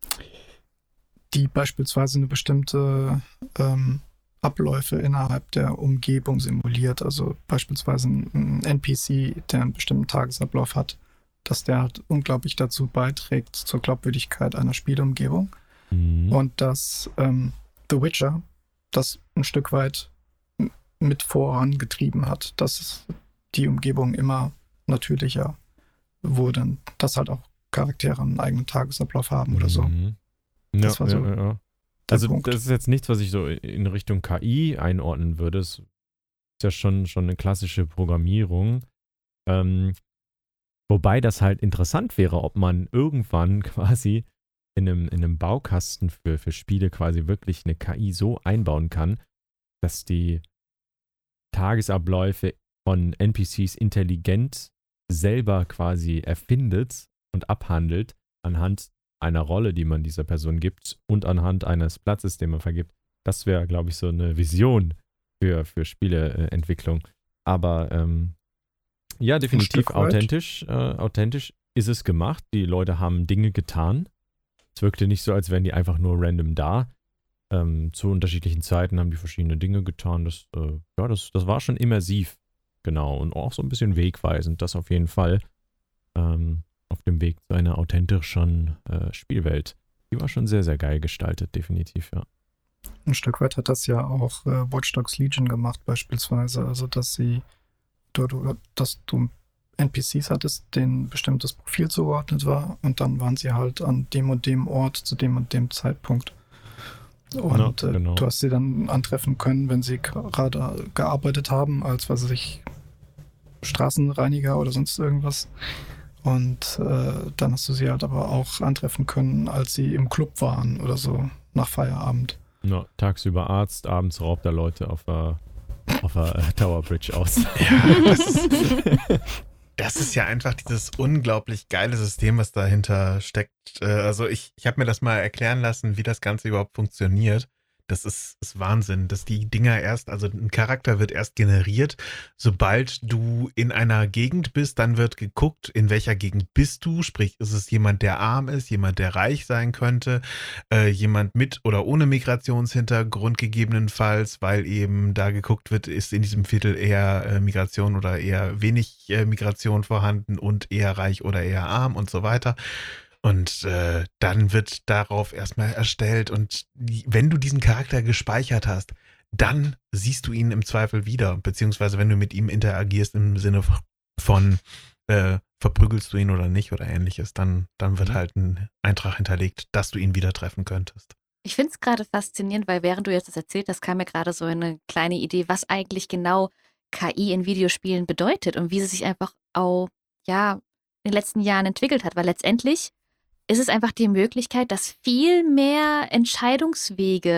Speaker 1: die beispielsweise eine bestimmte ähm, Abläufe innerhalb der Umgebung simuliert, also beispielsweise ein N P C, der einen bestimmten Tagesablauf hat, dass der halt unglaublich dazu beiträgt zur Glaubwürdigkeit einer Spielumgebung.
Speaker 4: Mhm.
Speaker 1: Und dass ähm, The Witcher das ein Stück weit m- mit vorangetrieben hat, dass die Umgebung immer natürlicher wurde, dass halt auch Charaktere einen eigenen Tagesablauf haben oder so.
Speaker 4: Mhm.
Speaker 1: Das
Speaker 4: Ja,
Speaker 1: war so
Speaker 4: ja, ja, ja.
Speaker 1: der
Speaker 4: Also
Speaker 1: Punkt.
Speaker 4: das ist jetzt nichts, was ich so in Richtung K I einordnen würde. Es ist ja schon, schon eine klassische Programmierung. Ähm, wobei das halt interessant wäre, ob man irgendwann quasi in einem, in einem Baukasten für, für Spiele quasi wirklich eine K I so einbauen kann, dass die Tagesabläufe von N P Cs intelligent selber quasi erfindet und abhandelt anhand einer Rolle, die man dieser Person gibt und anhand eines Platzes, den man vergibt. Das wäre, glaube ich, so eine Vision für, für Spieleentwicklung. Aber ähm, ja, definitiv
Speaker 1: Stück weit.
Speaker 4: authentisch. Äh, authentisch ist es gemacht. Die Leute haben Dinge getan. Es wirkte nicht so, als wären die einfach nur random da. Ähm, zu unterschiedlichen Zeiten haben die verschiedene Dinge getan. Das, äh, ja, das, das war schon immersiv. Genau. Und auch so ein bisschen wegweisend. Das auf jeden Fall. Ähm, auf dem Weg zu einer authentischeren äh, Spielwelt. Die war schon sehr, sehr geil gestaltet, definitiv, ja.
Speaker 1: Ein Stück weit hat das ja auch äh, Watch Dogs Legion gemacht beispielsweise, also dass sie, du, du, dass du N P Cs hattest, denen ein bestimmtes Profil zugeordnet war und dann waren sie halt an dem und dem Ort zu dem und dem Zeitpunkt. Und
Speaker 4: Ja,
Speaker 1: äh,
Speaker 4: genau.
Speaker 1: du hast sie dann antreffen können, wenn sie gerade gearbeitet haben, als was weiß ich, Straßenreiniger oder sonst irgendwas. Und äh, dann hast du sie halt aber auch antreffen können, als sie im Club waren oder so, nach Feierabend.
Speaker 4: Ja, tagsüber Arzt, abends raubt er Leute auf der, auf der äh, Tower Bridge aus.
Speaker 2: Ja, das ist, das ist ja einfach dieses unglaublich geile System, was dahinter steckt. Äh, Also ich, ich habe mir das mal erklären lassen, wie das Ganze überhaupt funktioniert. Das ist, ist Wahnsinn, dass die Dinger erst, also ein Charakter wird erst generiert, sobald du in einer Gegend bist, dann wird geguckt, in welcher Gegend bist du, sprich, ist es jemand, der arm ist, jemand, der reich sein könnte, äh, jemand mit oder ohne Migrationshintergrund gegebenenfalls, weil eben da geguckt wird, ist in diesem Viertel eher äh, Migration oder eher wenig äh, Migration vorhanden und eher reich oder eher arm und so weiter. Und äh, dann wird darauf erstmal erstellt und die, wenn du diesen Charakter gespeichert hast, dann siehst du ihn im Zweifel wieder, beziehungsweise wenn du mit ihm interagierst im Sinne von äh, verprügelst du ihn oder nicht oder ähnliches, dann, dann wird halt ein Eintrag hinterlegt, dass du ihn wieder treffen könntest.
Speaker 3: Ich finde es gerade faszinierend, weil während du jetzt das erzählt hast, kam mir gerade so eine kleine Idee, was eigentlich genau K I in Videospielen bedeutet und wie sie sich einfach auch, ja, in den letzten Jahren entwickelt hat, weil letztendlich ist es einfach die Möglichkeit, dass viel mehr Entscheidungswege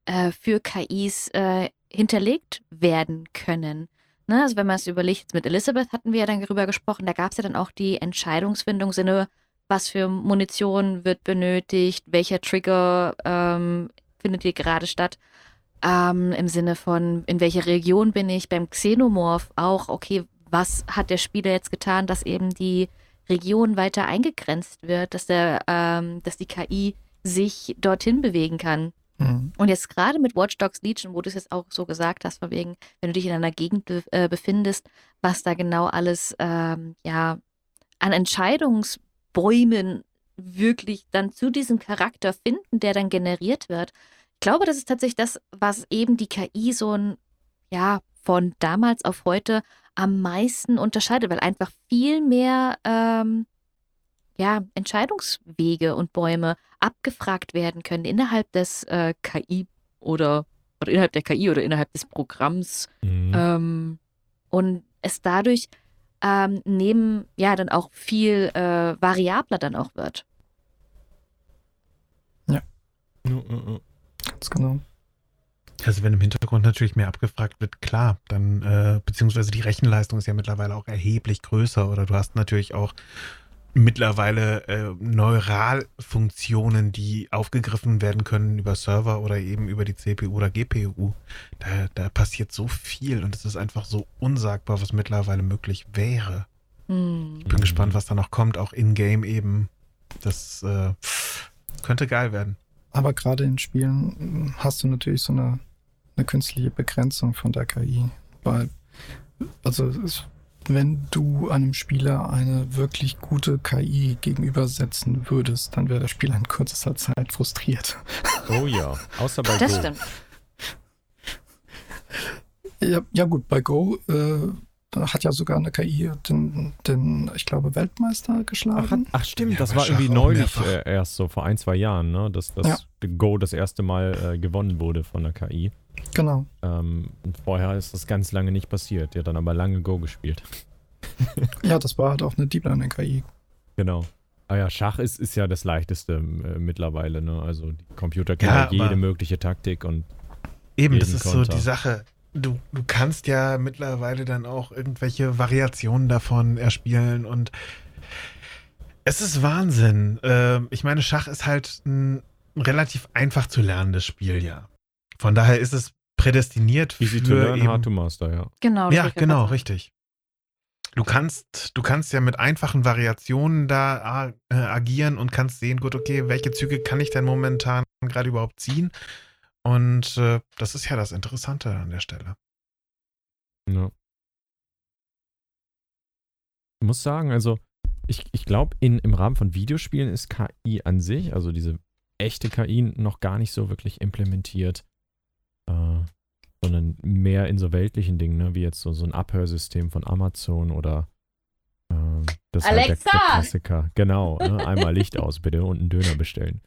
Speaker 3: äh, für K Is äh, hinterlegt werden können. Ne? Also wenn man es überlegt, jetzt mit Elizabeth hatten wir ja dann darüber gesprochen, da gab es ja dann auch die Entscheidungsfindung im Sinne, was für Munition wird benötigt, welcher Trigger ähm, findet hier gerade statt. Ähm, im Sinne von, in welcher Region bin ich, beim Xenomorph auch, okay, was hat der Spieler jetzt getan, dass eben die Region weiter eingegrenzt wird, dass der, ähm, dass die K I sich dorthin bewegen kann.
Speaker 1: Mhm.
Speaker 3: Und jetzt gerade mit Watch Dogs Legion, wo du es jetzt auch so gesagt hast, von wegen, wenn du dich in einer Gegend be äh, befindest, was da genau alles ähm, ja, an Entscheidungsbäumen wirklich dann zu diesem Charakter finden, der dann generiert wird. Ich glaube, das ist tatsächlich das, was eben die K I so ein, ja, von damals auf heute am meisten unterscheidet, weil einfach viel mehr ähm, ja, Entscheidungswege und Bäume abgefragt werden können innerhalb des äh, K I oder, oder innerhalb der K I oder innerhalb des Programms
Speaker 4: Mhm.
Speaker 3: ähm, und es dadurch ähm, neben ja dann auch viel äh, variabler dann auch wird.
Speaker 4: Ja, ja, ja.
Speaker 1: Ganz genau.
Speaker 2: Also wenn im Hintergrund natürlich mehr abgefragt wird, klar, dann, äh, beziehungsweise die Rechenleistung ist ja mittlerweile auch erheblich größer oder du hast natürlich auch mittlerweile äh, Neuralfunktionen, die aufgegriffen werden können über Server oder eben über die C P U oder G P U. Da, da passiert so viel und es ist einfach so unsagbar, was mittlerweile möglich wäre.
Speaker 3: Hm.
Speaker 2: Ich bin
Speaker 4: Mhm.
Speaker 2: gespannt, was da noch kommt, auch in-game eben. Das äh, könnte geil werden.
Speaker 1: Aber gerade in Spielen hast du natürlich so eine, eine künstliche Begrenzung von der K I. Weil, also es, wenn du einem Spieler eine wirklich gute K I gegenübersetzen würdest, dann wäre der Spieler in kürzester Zeit frustriert.
Speaker 4: Oh ja, außer bei
Speaker 3: Das
Speaker 4: Go.
Speaker 3: stimmt.
Speaker 1: Ja, ja gut, bei Go äh, da hat ja sogar eine K I den, den ich glaube, Weltmeister
Speaker 4: Ach, hat,
Speaker 1: geschlagen.
Speaker 4: ach stimmt,
Speaker 2: Ja,
Speaker 4: das
Speaker 2: bei
Speaker 4: war irgendwie
Speaker 2: Schach auch
Speaker 4: neulich
Speaker 2: mehrfach.
Speaker 4: äh, erst so, vor ein, zwei Jahren, ne, dass das
Speaker 1: Ja.
Speaker 4: Go das erste Mal äh, gewonnen wurde von der K I.
Speaker 1: Genau.
Speaker 4: Ähm, und vorher ist das ganz lange nicht passiert. Die hat dann aber lange Go gespielt.
Speaker 1: Ja, das war halt auch eine Deep Learning K I.
Speaker 4: Genau. Ah ja, Schach ist, ist ja das leichteste äh, mittlerweile, ne? Also die Computer kennen
Speaker 2: Ja,
Speaker 4: ja, jede
Speaker 2: aber-
Speaker 4: mögliche Taktik und
Speaker 2: Eben, das
Speaker 4: jeden
Speaker 2: ist so
Speaker 4: Konter.
Speaker 2: die Sache. Du, du kannst ja mittlerweile dann auch irgendwelche Variationen davon erspielen und es ist Wahnsinn. Ähm, ich meine, Schach ist halt ein relativ einfach zu lernendes Spiel, ja. Von daher ist es prädestiniert
Speaker 4: easy to
Speaker 2: für
Speaker 4: learn,
Speaker 2: eben,
Speaker 4: hard to master, ja.
Speaker 3: Genau. das
Speaker 2: ja,
Speaker 3: wollte ich
Speaker 2: genau,
Speaker 3: gerade sagen.
Speaker 2: richtig. Du kannst, du kannst ja mit einfachen Variationen da äh, agieren und kannst sehen, gut, okay, welche Züge kann ich denn momentan gerade überhaupt ziehen? Und äh, das ist ja das Interessante an der Stelle.
Speaker 4: Ja. Ich muss sagen, also ich, ich glaube, im Rahmen von Videospielen ist K I an sich, also diese echte K I, noch gar nicht so wirklich implementiert, äh, sondern mehr in so weltlichen Dingen, ne? Wie jetzt so, so ein Abhörsystem von Amazon oder äh, das ist halt der,
Speaker 3: Alexa!
Speaker 4: der Klassiker. Genau, ne? Einmal Licht aus bitte und einen Döner bestellen.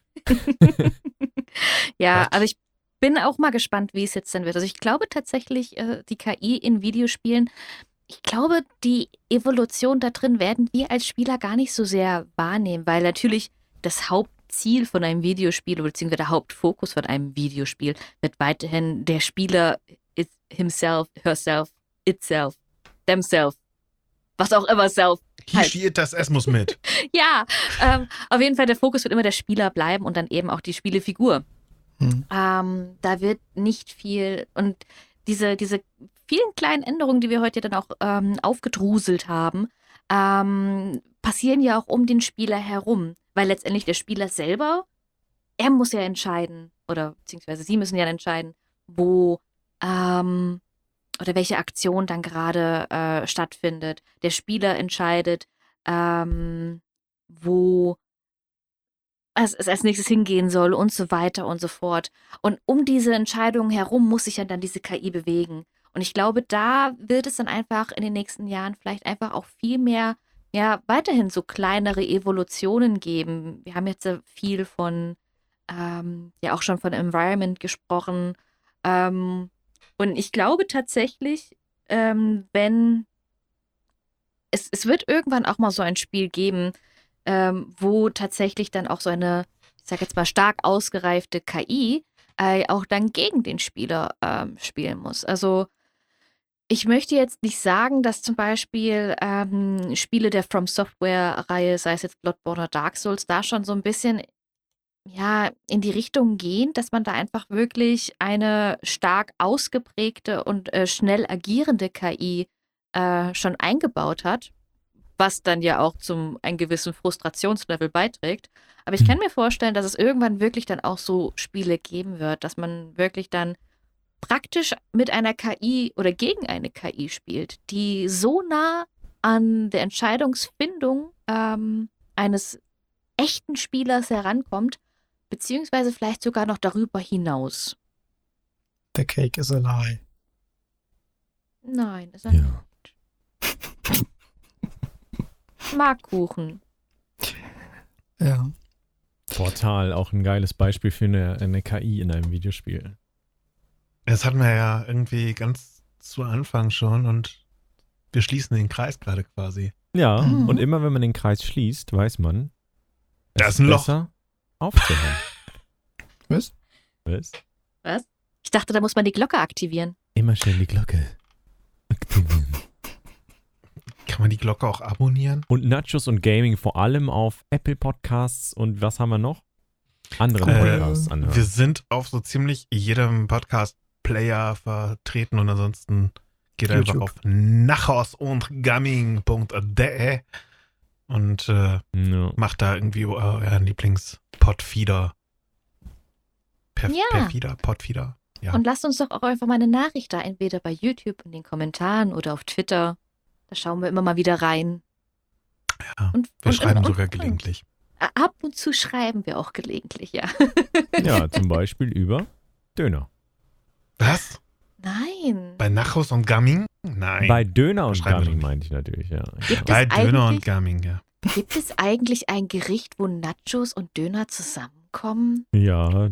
Speaker 3: Ja,
Speaker 2: What?
Speaker 3: also ich bin auch mal gespannt, wie es jetzt dann wird. Also ich glaube tatsächlich, äh, die K I in Videospielen, ich glaube, die Evolution da drin werden wir als Spieler gar nicht so sehr wahrnehmen, weil natürlich das Hauptziel von einem Videospiel oder beziehungsweise der Hauptfokus von einem Videospiel wird weiterhin der Spieler is himself, herself, itself, themself, was auch immer self.
Speaker 2: He,
Speaker 3: Halt.
Speaker 2: she, it, das S muss mit.
Speaker 3: Ja, ähm, auf jeden Fall der Fokus wird immer der Spieler bleiben und dann eben auch die Spielefigur.
Speaker 1: Hm.
Speaker 3: Ähm, da wird nicht viel und diese, diese vielen kleinen Änderungen, die wir heute dann auch ähm, aufgedruselt haben, ähm, passieren ja auch um den Spieler herum, weil letztendlich der Spieler selber, er muss ja entscheiden oder beziehungsweise sie müssen ja entscheiden, wo ähm, oder welche Aktion dann gerade äh, stattfindet. Der Spieler entscheidet, ähm, wo es, es als nächstes hingehen soll und so weiter und so fort. Und um diese Entscheidung herum muss sich ja dann diese K I bewegen. Und ich glaube, da wird es dann einfach in den nächsten Jahren vielleicht einfach auch viel mehr, ja, weiterhin so kleinere Evolutionen geben. Wir haben jetzt äh, viel von, ähm, ja auch schon von Environment gesprochen. Ähm, und ich glaube tatsächlich, ähm, wenn es, es wird irgendwann auch mal so ein Spiel geben, ähm, wo tatsächlich dann auch so eine, ich sag jetzt mal, stark ausgereifte K I A I auch dann gegen den Spieler ähm, spielen muss. Also ich möchte jetzt nicht sagen, dass zum Beispiel ähm, Spiele der From Software-Reihe, sei es jetzt Bloodborne oder Dark Souls, da schon so ein bisschen ja, in die Richtung gehen, dass man da einfach wirklich eine stark ausgeprägte und äh, schnell agierende K I äh, schon eingebaut hat, was dann ja auch zum einem gewissen Frustrationslevel beiträgt. Aber ich kann mir vorstellen, dass es irgendwann wirklich dann auch so Spiele geben wird, dass man wirklich dann praktisch mit einer K I oder gegen eine K I spielt, die so nah an der Entscheidungsfindung ähm, eines echten Spielers herankommt, beziehungsweise vielleicht sogar noch darüber hinaus.
Speaker 1: The cake is a lie.
Speaker 3: Nein, ist er
Speaker 4: Ja.
Speaker 3: nicht. Markkuchen.
Speaker 1: Ja.
Speaker 4: Portal, auch ein geiles Beispiel für eine, eine K I in einem Videospiel.
Speaker 2: Das hatten wir ja irgendwie ganz zu Anfang schon und wir schließen den Kreis gerade quasi.
Speaker 4: Ja,
Speaker 1: Mhm.
Speaker 4: und immer wenn man den Kreis schließt, weiß man,
Speaker 2: Da
Speaker 4: es
Speaker 2: ist ein Loch.
Speaker 4: besser aufzuhören.
Speaker 1: Was?
Speaker 4: Was?
Speaker 3: Was? Ich dachte, da muss man die Glocke aktivieren.
Speaker 4: Immer schön die Glocke aktivieren.
Speaker 2: Kann man die Glocke auch abonnieren?
Speaker 4: Und Nachos und Gaming vor allem auf Apple Podcasts und was haben wir noch? Anderen
Speaker 2: Äh,
Speaker 4: Podcasts anhören.
Speaker 2: Wir sind auf so ziemlich jedem Podcast-Player vertreten und ansonsten geht einfach
Speaker 1: YouTube.
Speaker 2: auf nachos und gaming punkt de und äh,
Speaker 4: Ja.
Speaker 2: macht da irgendwie euren Lieblings-Podfeeder. Per,
Speaker 3: Ja.
Speaker 2: per Feeder, Podfeeder. Ja.
Speaker 3: Und lasst uns doch auch einfach mal eine Nachricht da, entweder bei YouTube in den Kommentaren oder auf Twitter. Da schauen wir immer mal wieder rein.
Speaker 2: Ja,
Speaker 3: Und,
Speaker 2: wir
Speaker 3: und,
Speaker 2: schreiben
Speaker 3: und,
Speaker 2: sogar
Speaker 3: und,
Speaker 2: gelegentlich.
Speaker 3: Ab und zu schreiben wir auch gelegentlich, ja.
Speaker 4: ja, zum Beispiel über Döner.
Speaker 2: Was?
Speaker 3: Nein.
Speaker 2: Bei Nachos und Gaming? Nein.
Speaker 4: Bei Döner und
Speaker 2: schreiben wir
Speaker 4: Gaming
Speaker 2: nicht.
Speaker 4: meinte ich natürlich, ja.
Speaker 3: Gibt
Speaker 2: Bei
Speaker 3: es
Speaker 2: Döner und
Speaker 3: eigentlich-
Speaker 2: Gaming, ja.
Speaker 3: Gibt es eigentlich ein Gericht, wo Nachos und Döner zusammenkommen?
Speaker 4: Ja,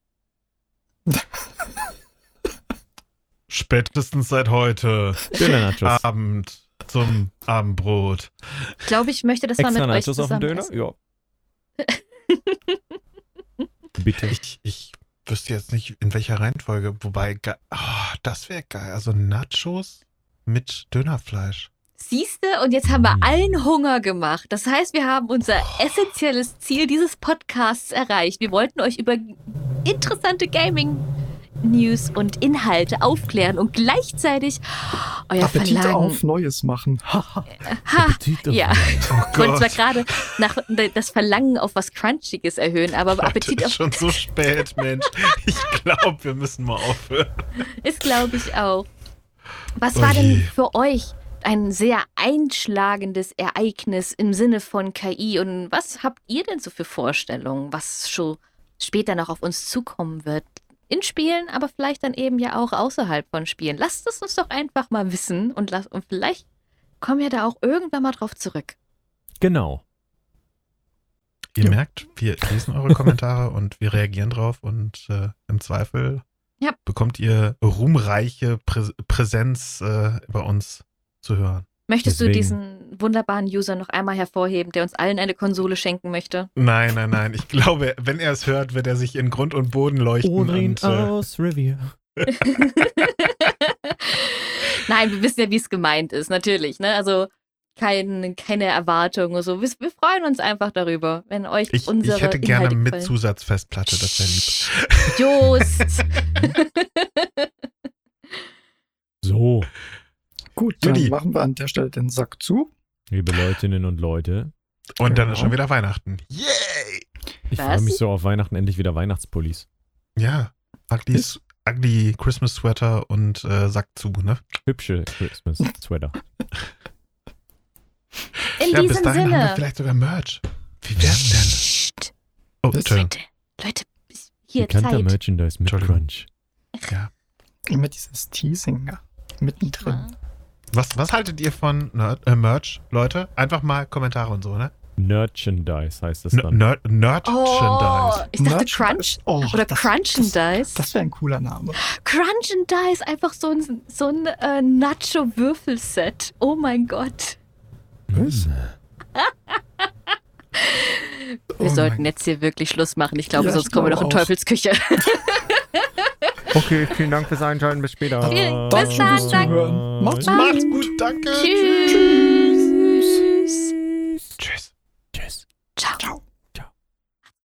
Speaker 2: Spätestens seit heute
Speaker 4: Döner-Nachos.
Speaker 2: Abend zum Abendbrot.
Speaker 3: Ich glaube, ich möchte das mal
Speaker 4: Extra
Speaker 3: mit euch
Speaker 4: Nachos auf dem
Speaker 3: zusammen
Speaker 4: Döner?
Speaker 3: essen.
Speaker 4: Ja. Bitte.
Speaker 2: Ich, ich wüsste jetzt nicht, in welcher Reihenfolge. Wobei, ge- oh, das wäre geil. Also Nachos mit Dönerfleisch.
Speaker 3: Siehste, und jetzt haben wir
Speaker 4: Mm.
Speaker 3: allen Hunger gemacht. Das heißt, wir haben unser essentielles Ziel dieses Podcasts erreicht. Wir wollten euch über interessante Gaming-News und Inhalte aufklären und gleichzeitig euer
Speaker 1: Appetit
Speaker 3: Verlangen.
Speaker 1: auf Neues machen.
Speaker 3: Ha,
Speaker 4: Appetit auf
Speaker 3: ja.
Speaker 4: Wein.
Speaker 2: Oh
Speaker 3: Ich wollte zwar
Speaker 2: Gott.
Speaker 3: gerade nach, das Verlangen auf was Crunchiges erhöhen, aber
Speaker 2: Leute,
Speaker 3: Appetit
Speaker 2: ist
Speaker 3: auf
Speaker 2: schon so spät, Mensch. Ich glaube, wir müssen mal aufhören.
Speaker 3: ist, glaube ich, auch. Was
Speaker 2: Oh
Speaker 3: war denn
Speaker 2: je.
Speaker 3: für euch ein sehr einschlagendes Ereignis im Sinne von K I und was habt ihr denn so für Vorstellungen, was schon später noch auf uns zukommen wird? In Spielen, aber vielleicht dann eben ja auch außerhalb von Spielen. Lasst es uns doch einfach mal wissen und, lasst, und vielleicht kommen wir da auch irgendwann mal drauf zurück.
Speaker 4: Genau.
Speaker 2: Ihr
Speaker 1: Ja.
Speaker 2: merkt, wir lesen eure Kommentare und wir reagieren drauf und äh, im Zweifel
Speaker 3: Ja.
Speaker 2: bekommt ihr ruhmreiche Prä Präsenz äh, bei uns zu hören.
Speaker 3: Möchtest
Speaker 4: Deswegen-
Speaker 3: du diesen wunderbaren User noch einmal hervorheben, der uns allen eine Konsole schenken möchte?
Speaker 2: Nein, nein, nein. Ich glaube, wenn er es hört, wird er sich in Grund und Boden leuchten.
Speaker 4: Odrin
Speaker 2: Und, äh,
Speaker 4: aus Revere.
Speaker 3: Nein, wir wissen ja, wie es gemeint ist, natürlich. Ne? Also kein, keine Erwartung oder so. Wir, wir freuen uns einfach darüber, wenn euch
Speaker 2: ich,
Speaker 3: unsere
Speaker 2: ich hätte gerne
Speaker 3: Inhalte
Speaker 2: mit
Speaker 3: gefallen.
Speaker 2: Zusatzfestplatte, das wäre lieb.
Speaker 3: Just.
Speaker 4: So,
Speaker 1: Gut, dann
Speaker 2: Judy.
Speaker 1: machen wir an der Stelle den Sack zu.
Speaker 4: liebe Leutinnen und Leute.
Speaker 2: Und dann ist
Speaker 1: Genau.
Speaker 2: schon wieder Weihnachten. Yay!
Speaker 4: Ich
Speaker 3: Was?
Speaker 4: freue mich so auf Weihnachten, endlich wieder Weihnachtspullis.
Speaker 2: Ja, ugly, ugly Christmas Sweater und äh, Sack zu, ne?
Speaker 4: Hübsche Christmas-Sweater.
Speaker 3: In
Speaker 2: ja, bis
Speaker 3: diesem
Speaker 2: dahin haben wir
Speaker 3: Sinne.
Speaker 2: vielleicht sogar Merch. Wie wär's denn?
Speaker 3: Psst.
Speaker 2: Oh,
Speaker 1: Was?
Speaker 2: Entschuldigung.
Speaker 3: Leute, Leute, hier
Speaker 4: Bekannter
Speaker 3: Zeit.
Speaker 4: Merchandise mit
Speaker 2: Entschuldigung.
Speaker 4: Crunch.
Speaker 2: Ja.
Speaker 1: Immer dieses Teasing ja, mittendrin.
Speaker 2: Was, was haltet ihr von Nerd, äh, Merch, Leute? Einfach mal Kommentare und so, ne?
Speaker 4: Merchandise heißt das
Speaker 2: N
Speaker 4: dann.
Speaker 2: Nerd,
Speaker 3: Oh,
Speaker 2: Nerdchandise.
Speaker 3: ich dachte
Speaker 1: Merchandise.
Speaker 3: Crunch
Speaker 1: Oh,
Speaker 3: oder
Speaker 1: das-
Speaker 3: Crunchandise.
Speaker 1: Das, das wäre ein cooler Name.
Speaker 3: Crunchandise, einfach so ein, so ein äh, Nacho-Würfelset. Oh mein Gott.
Speaker 1: Was?
Speaker 3: Wir
Speaker 1: Oh
Speaker 3: sollten
Speaker 1: mein-
Speaker 3: jetzt hier wirklich Schluss machen. Ich glaube,
Speaker 1: Ja,
Speaker 3: sonst
Speaker 1: ich
Speaker 3: kommen wir noch
Speaker 1: glaube
Speaker 3: in
Speaker 1: auch.
Speaker 3: Teufelsküche.
Speaker 4: Okay, vielen Dank fürs Einschalten. Bis später.
Speaker 3: Vielen-
Speaker 1: Danke
Speaker 3: Bis
Speaker 1: fürs
Speaker 3: dann, danke.
Speaker 1: Zuhören. Macht's
Speaker 2: Macht's gut, danke.
Speaker 3: Tschüss.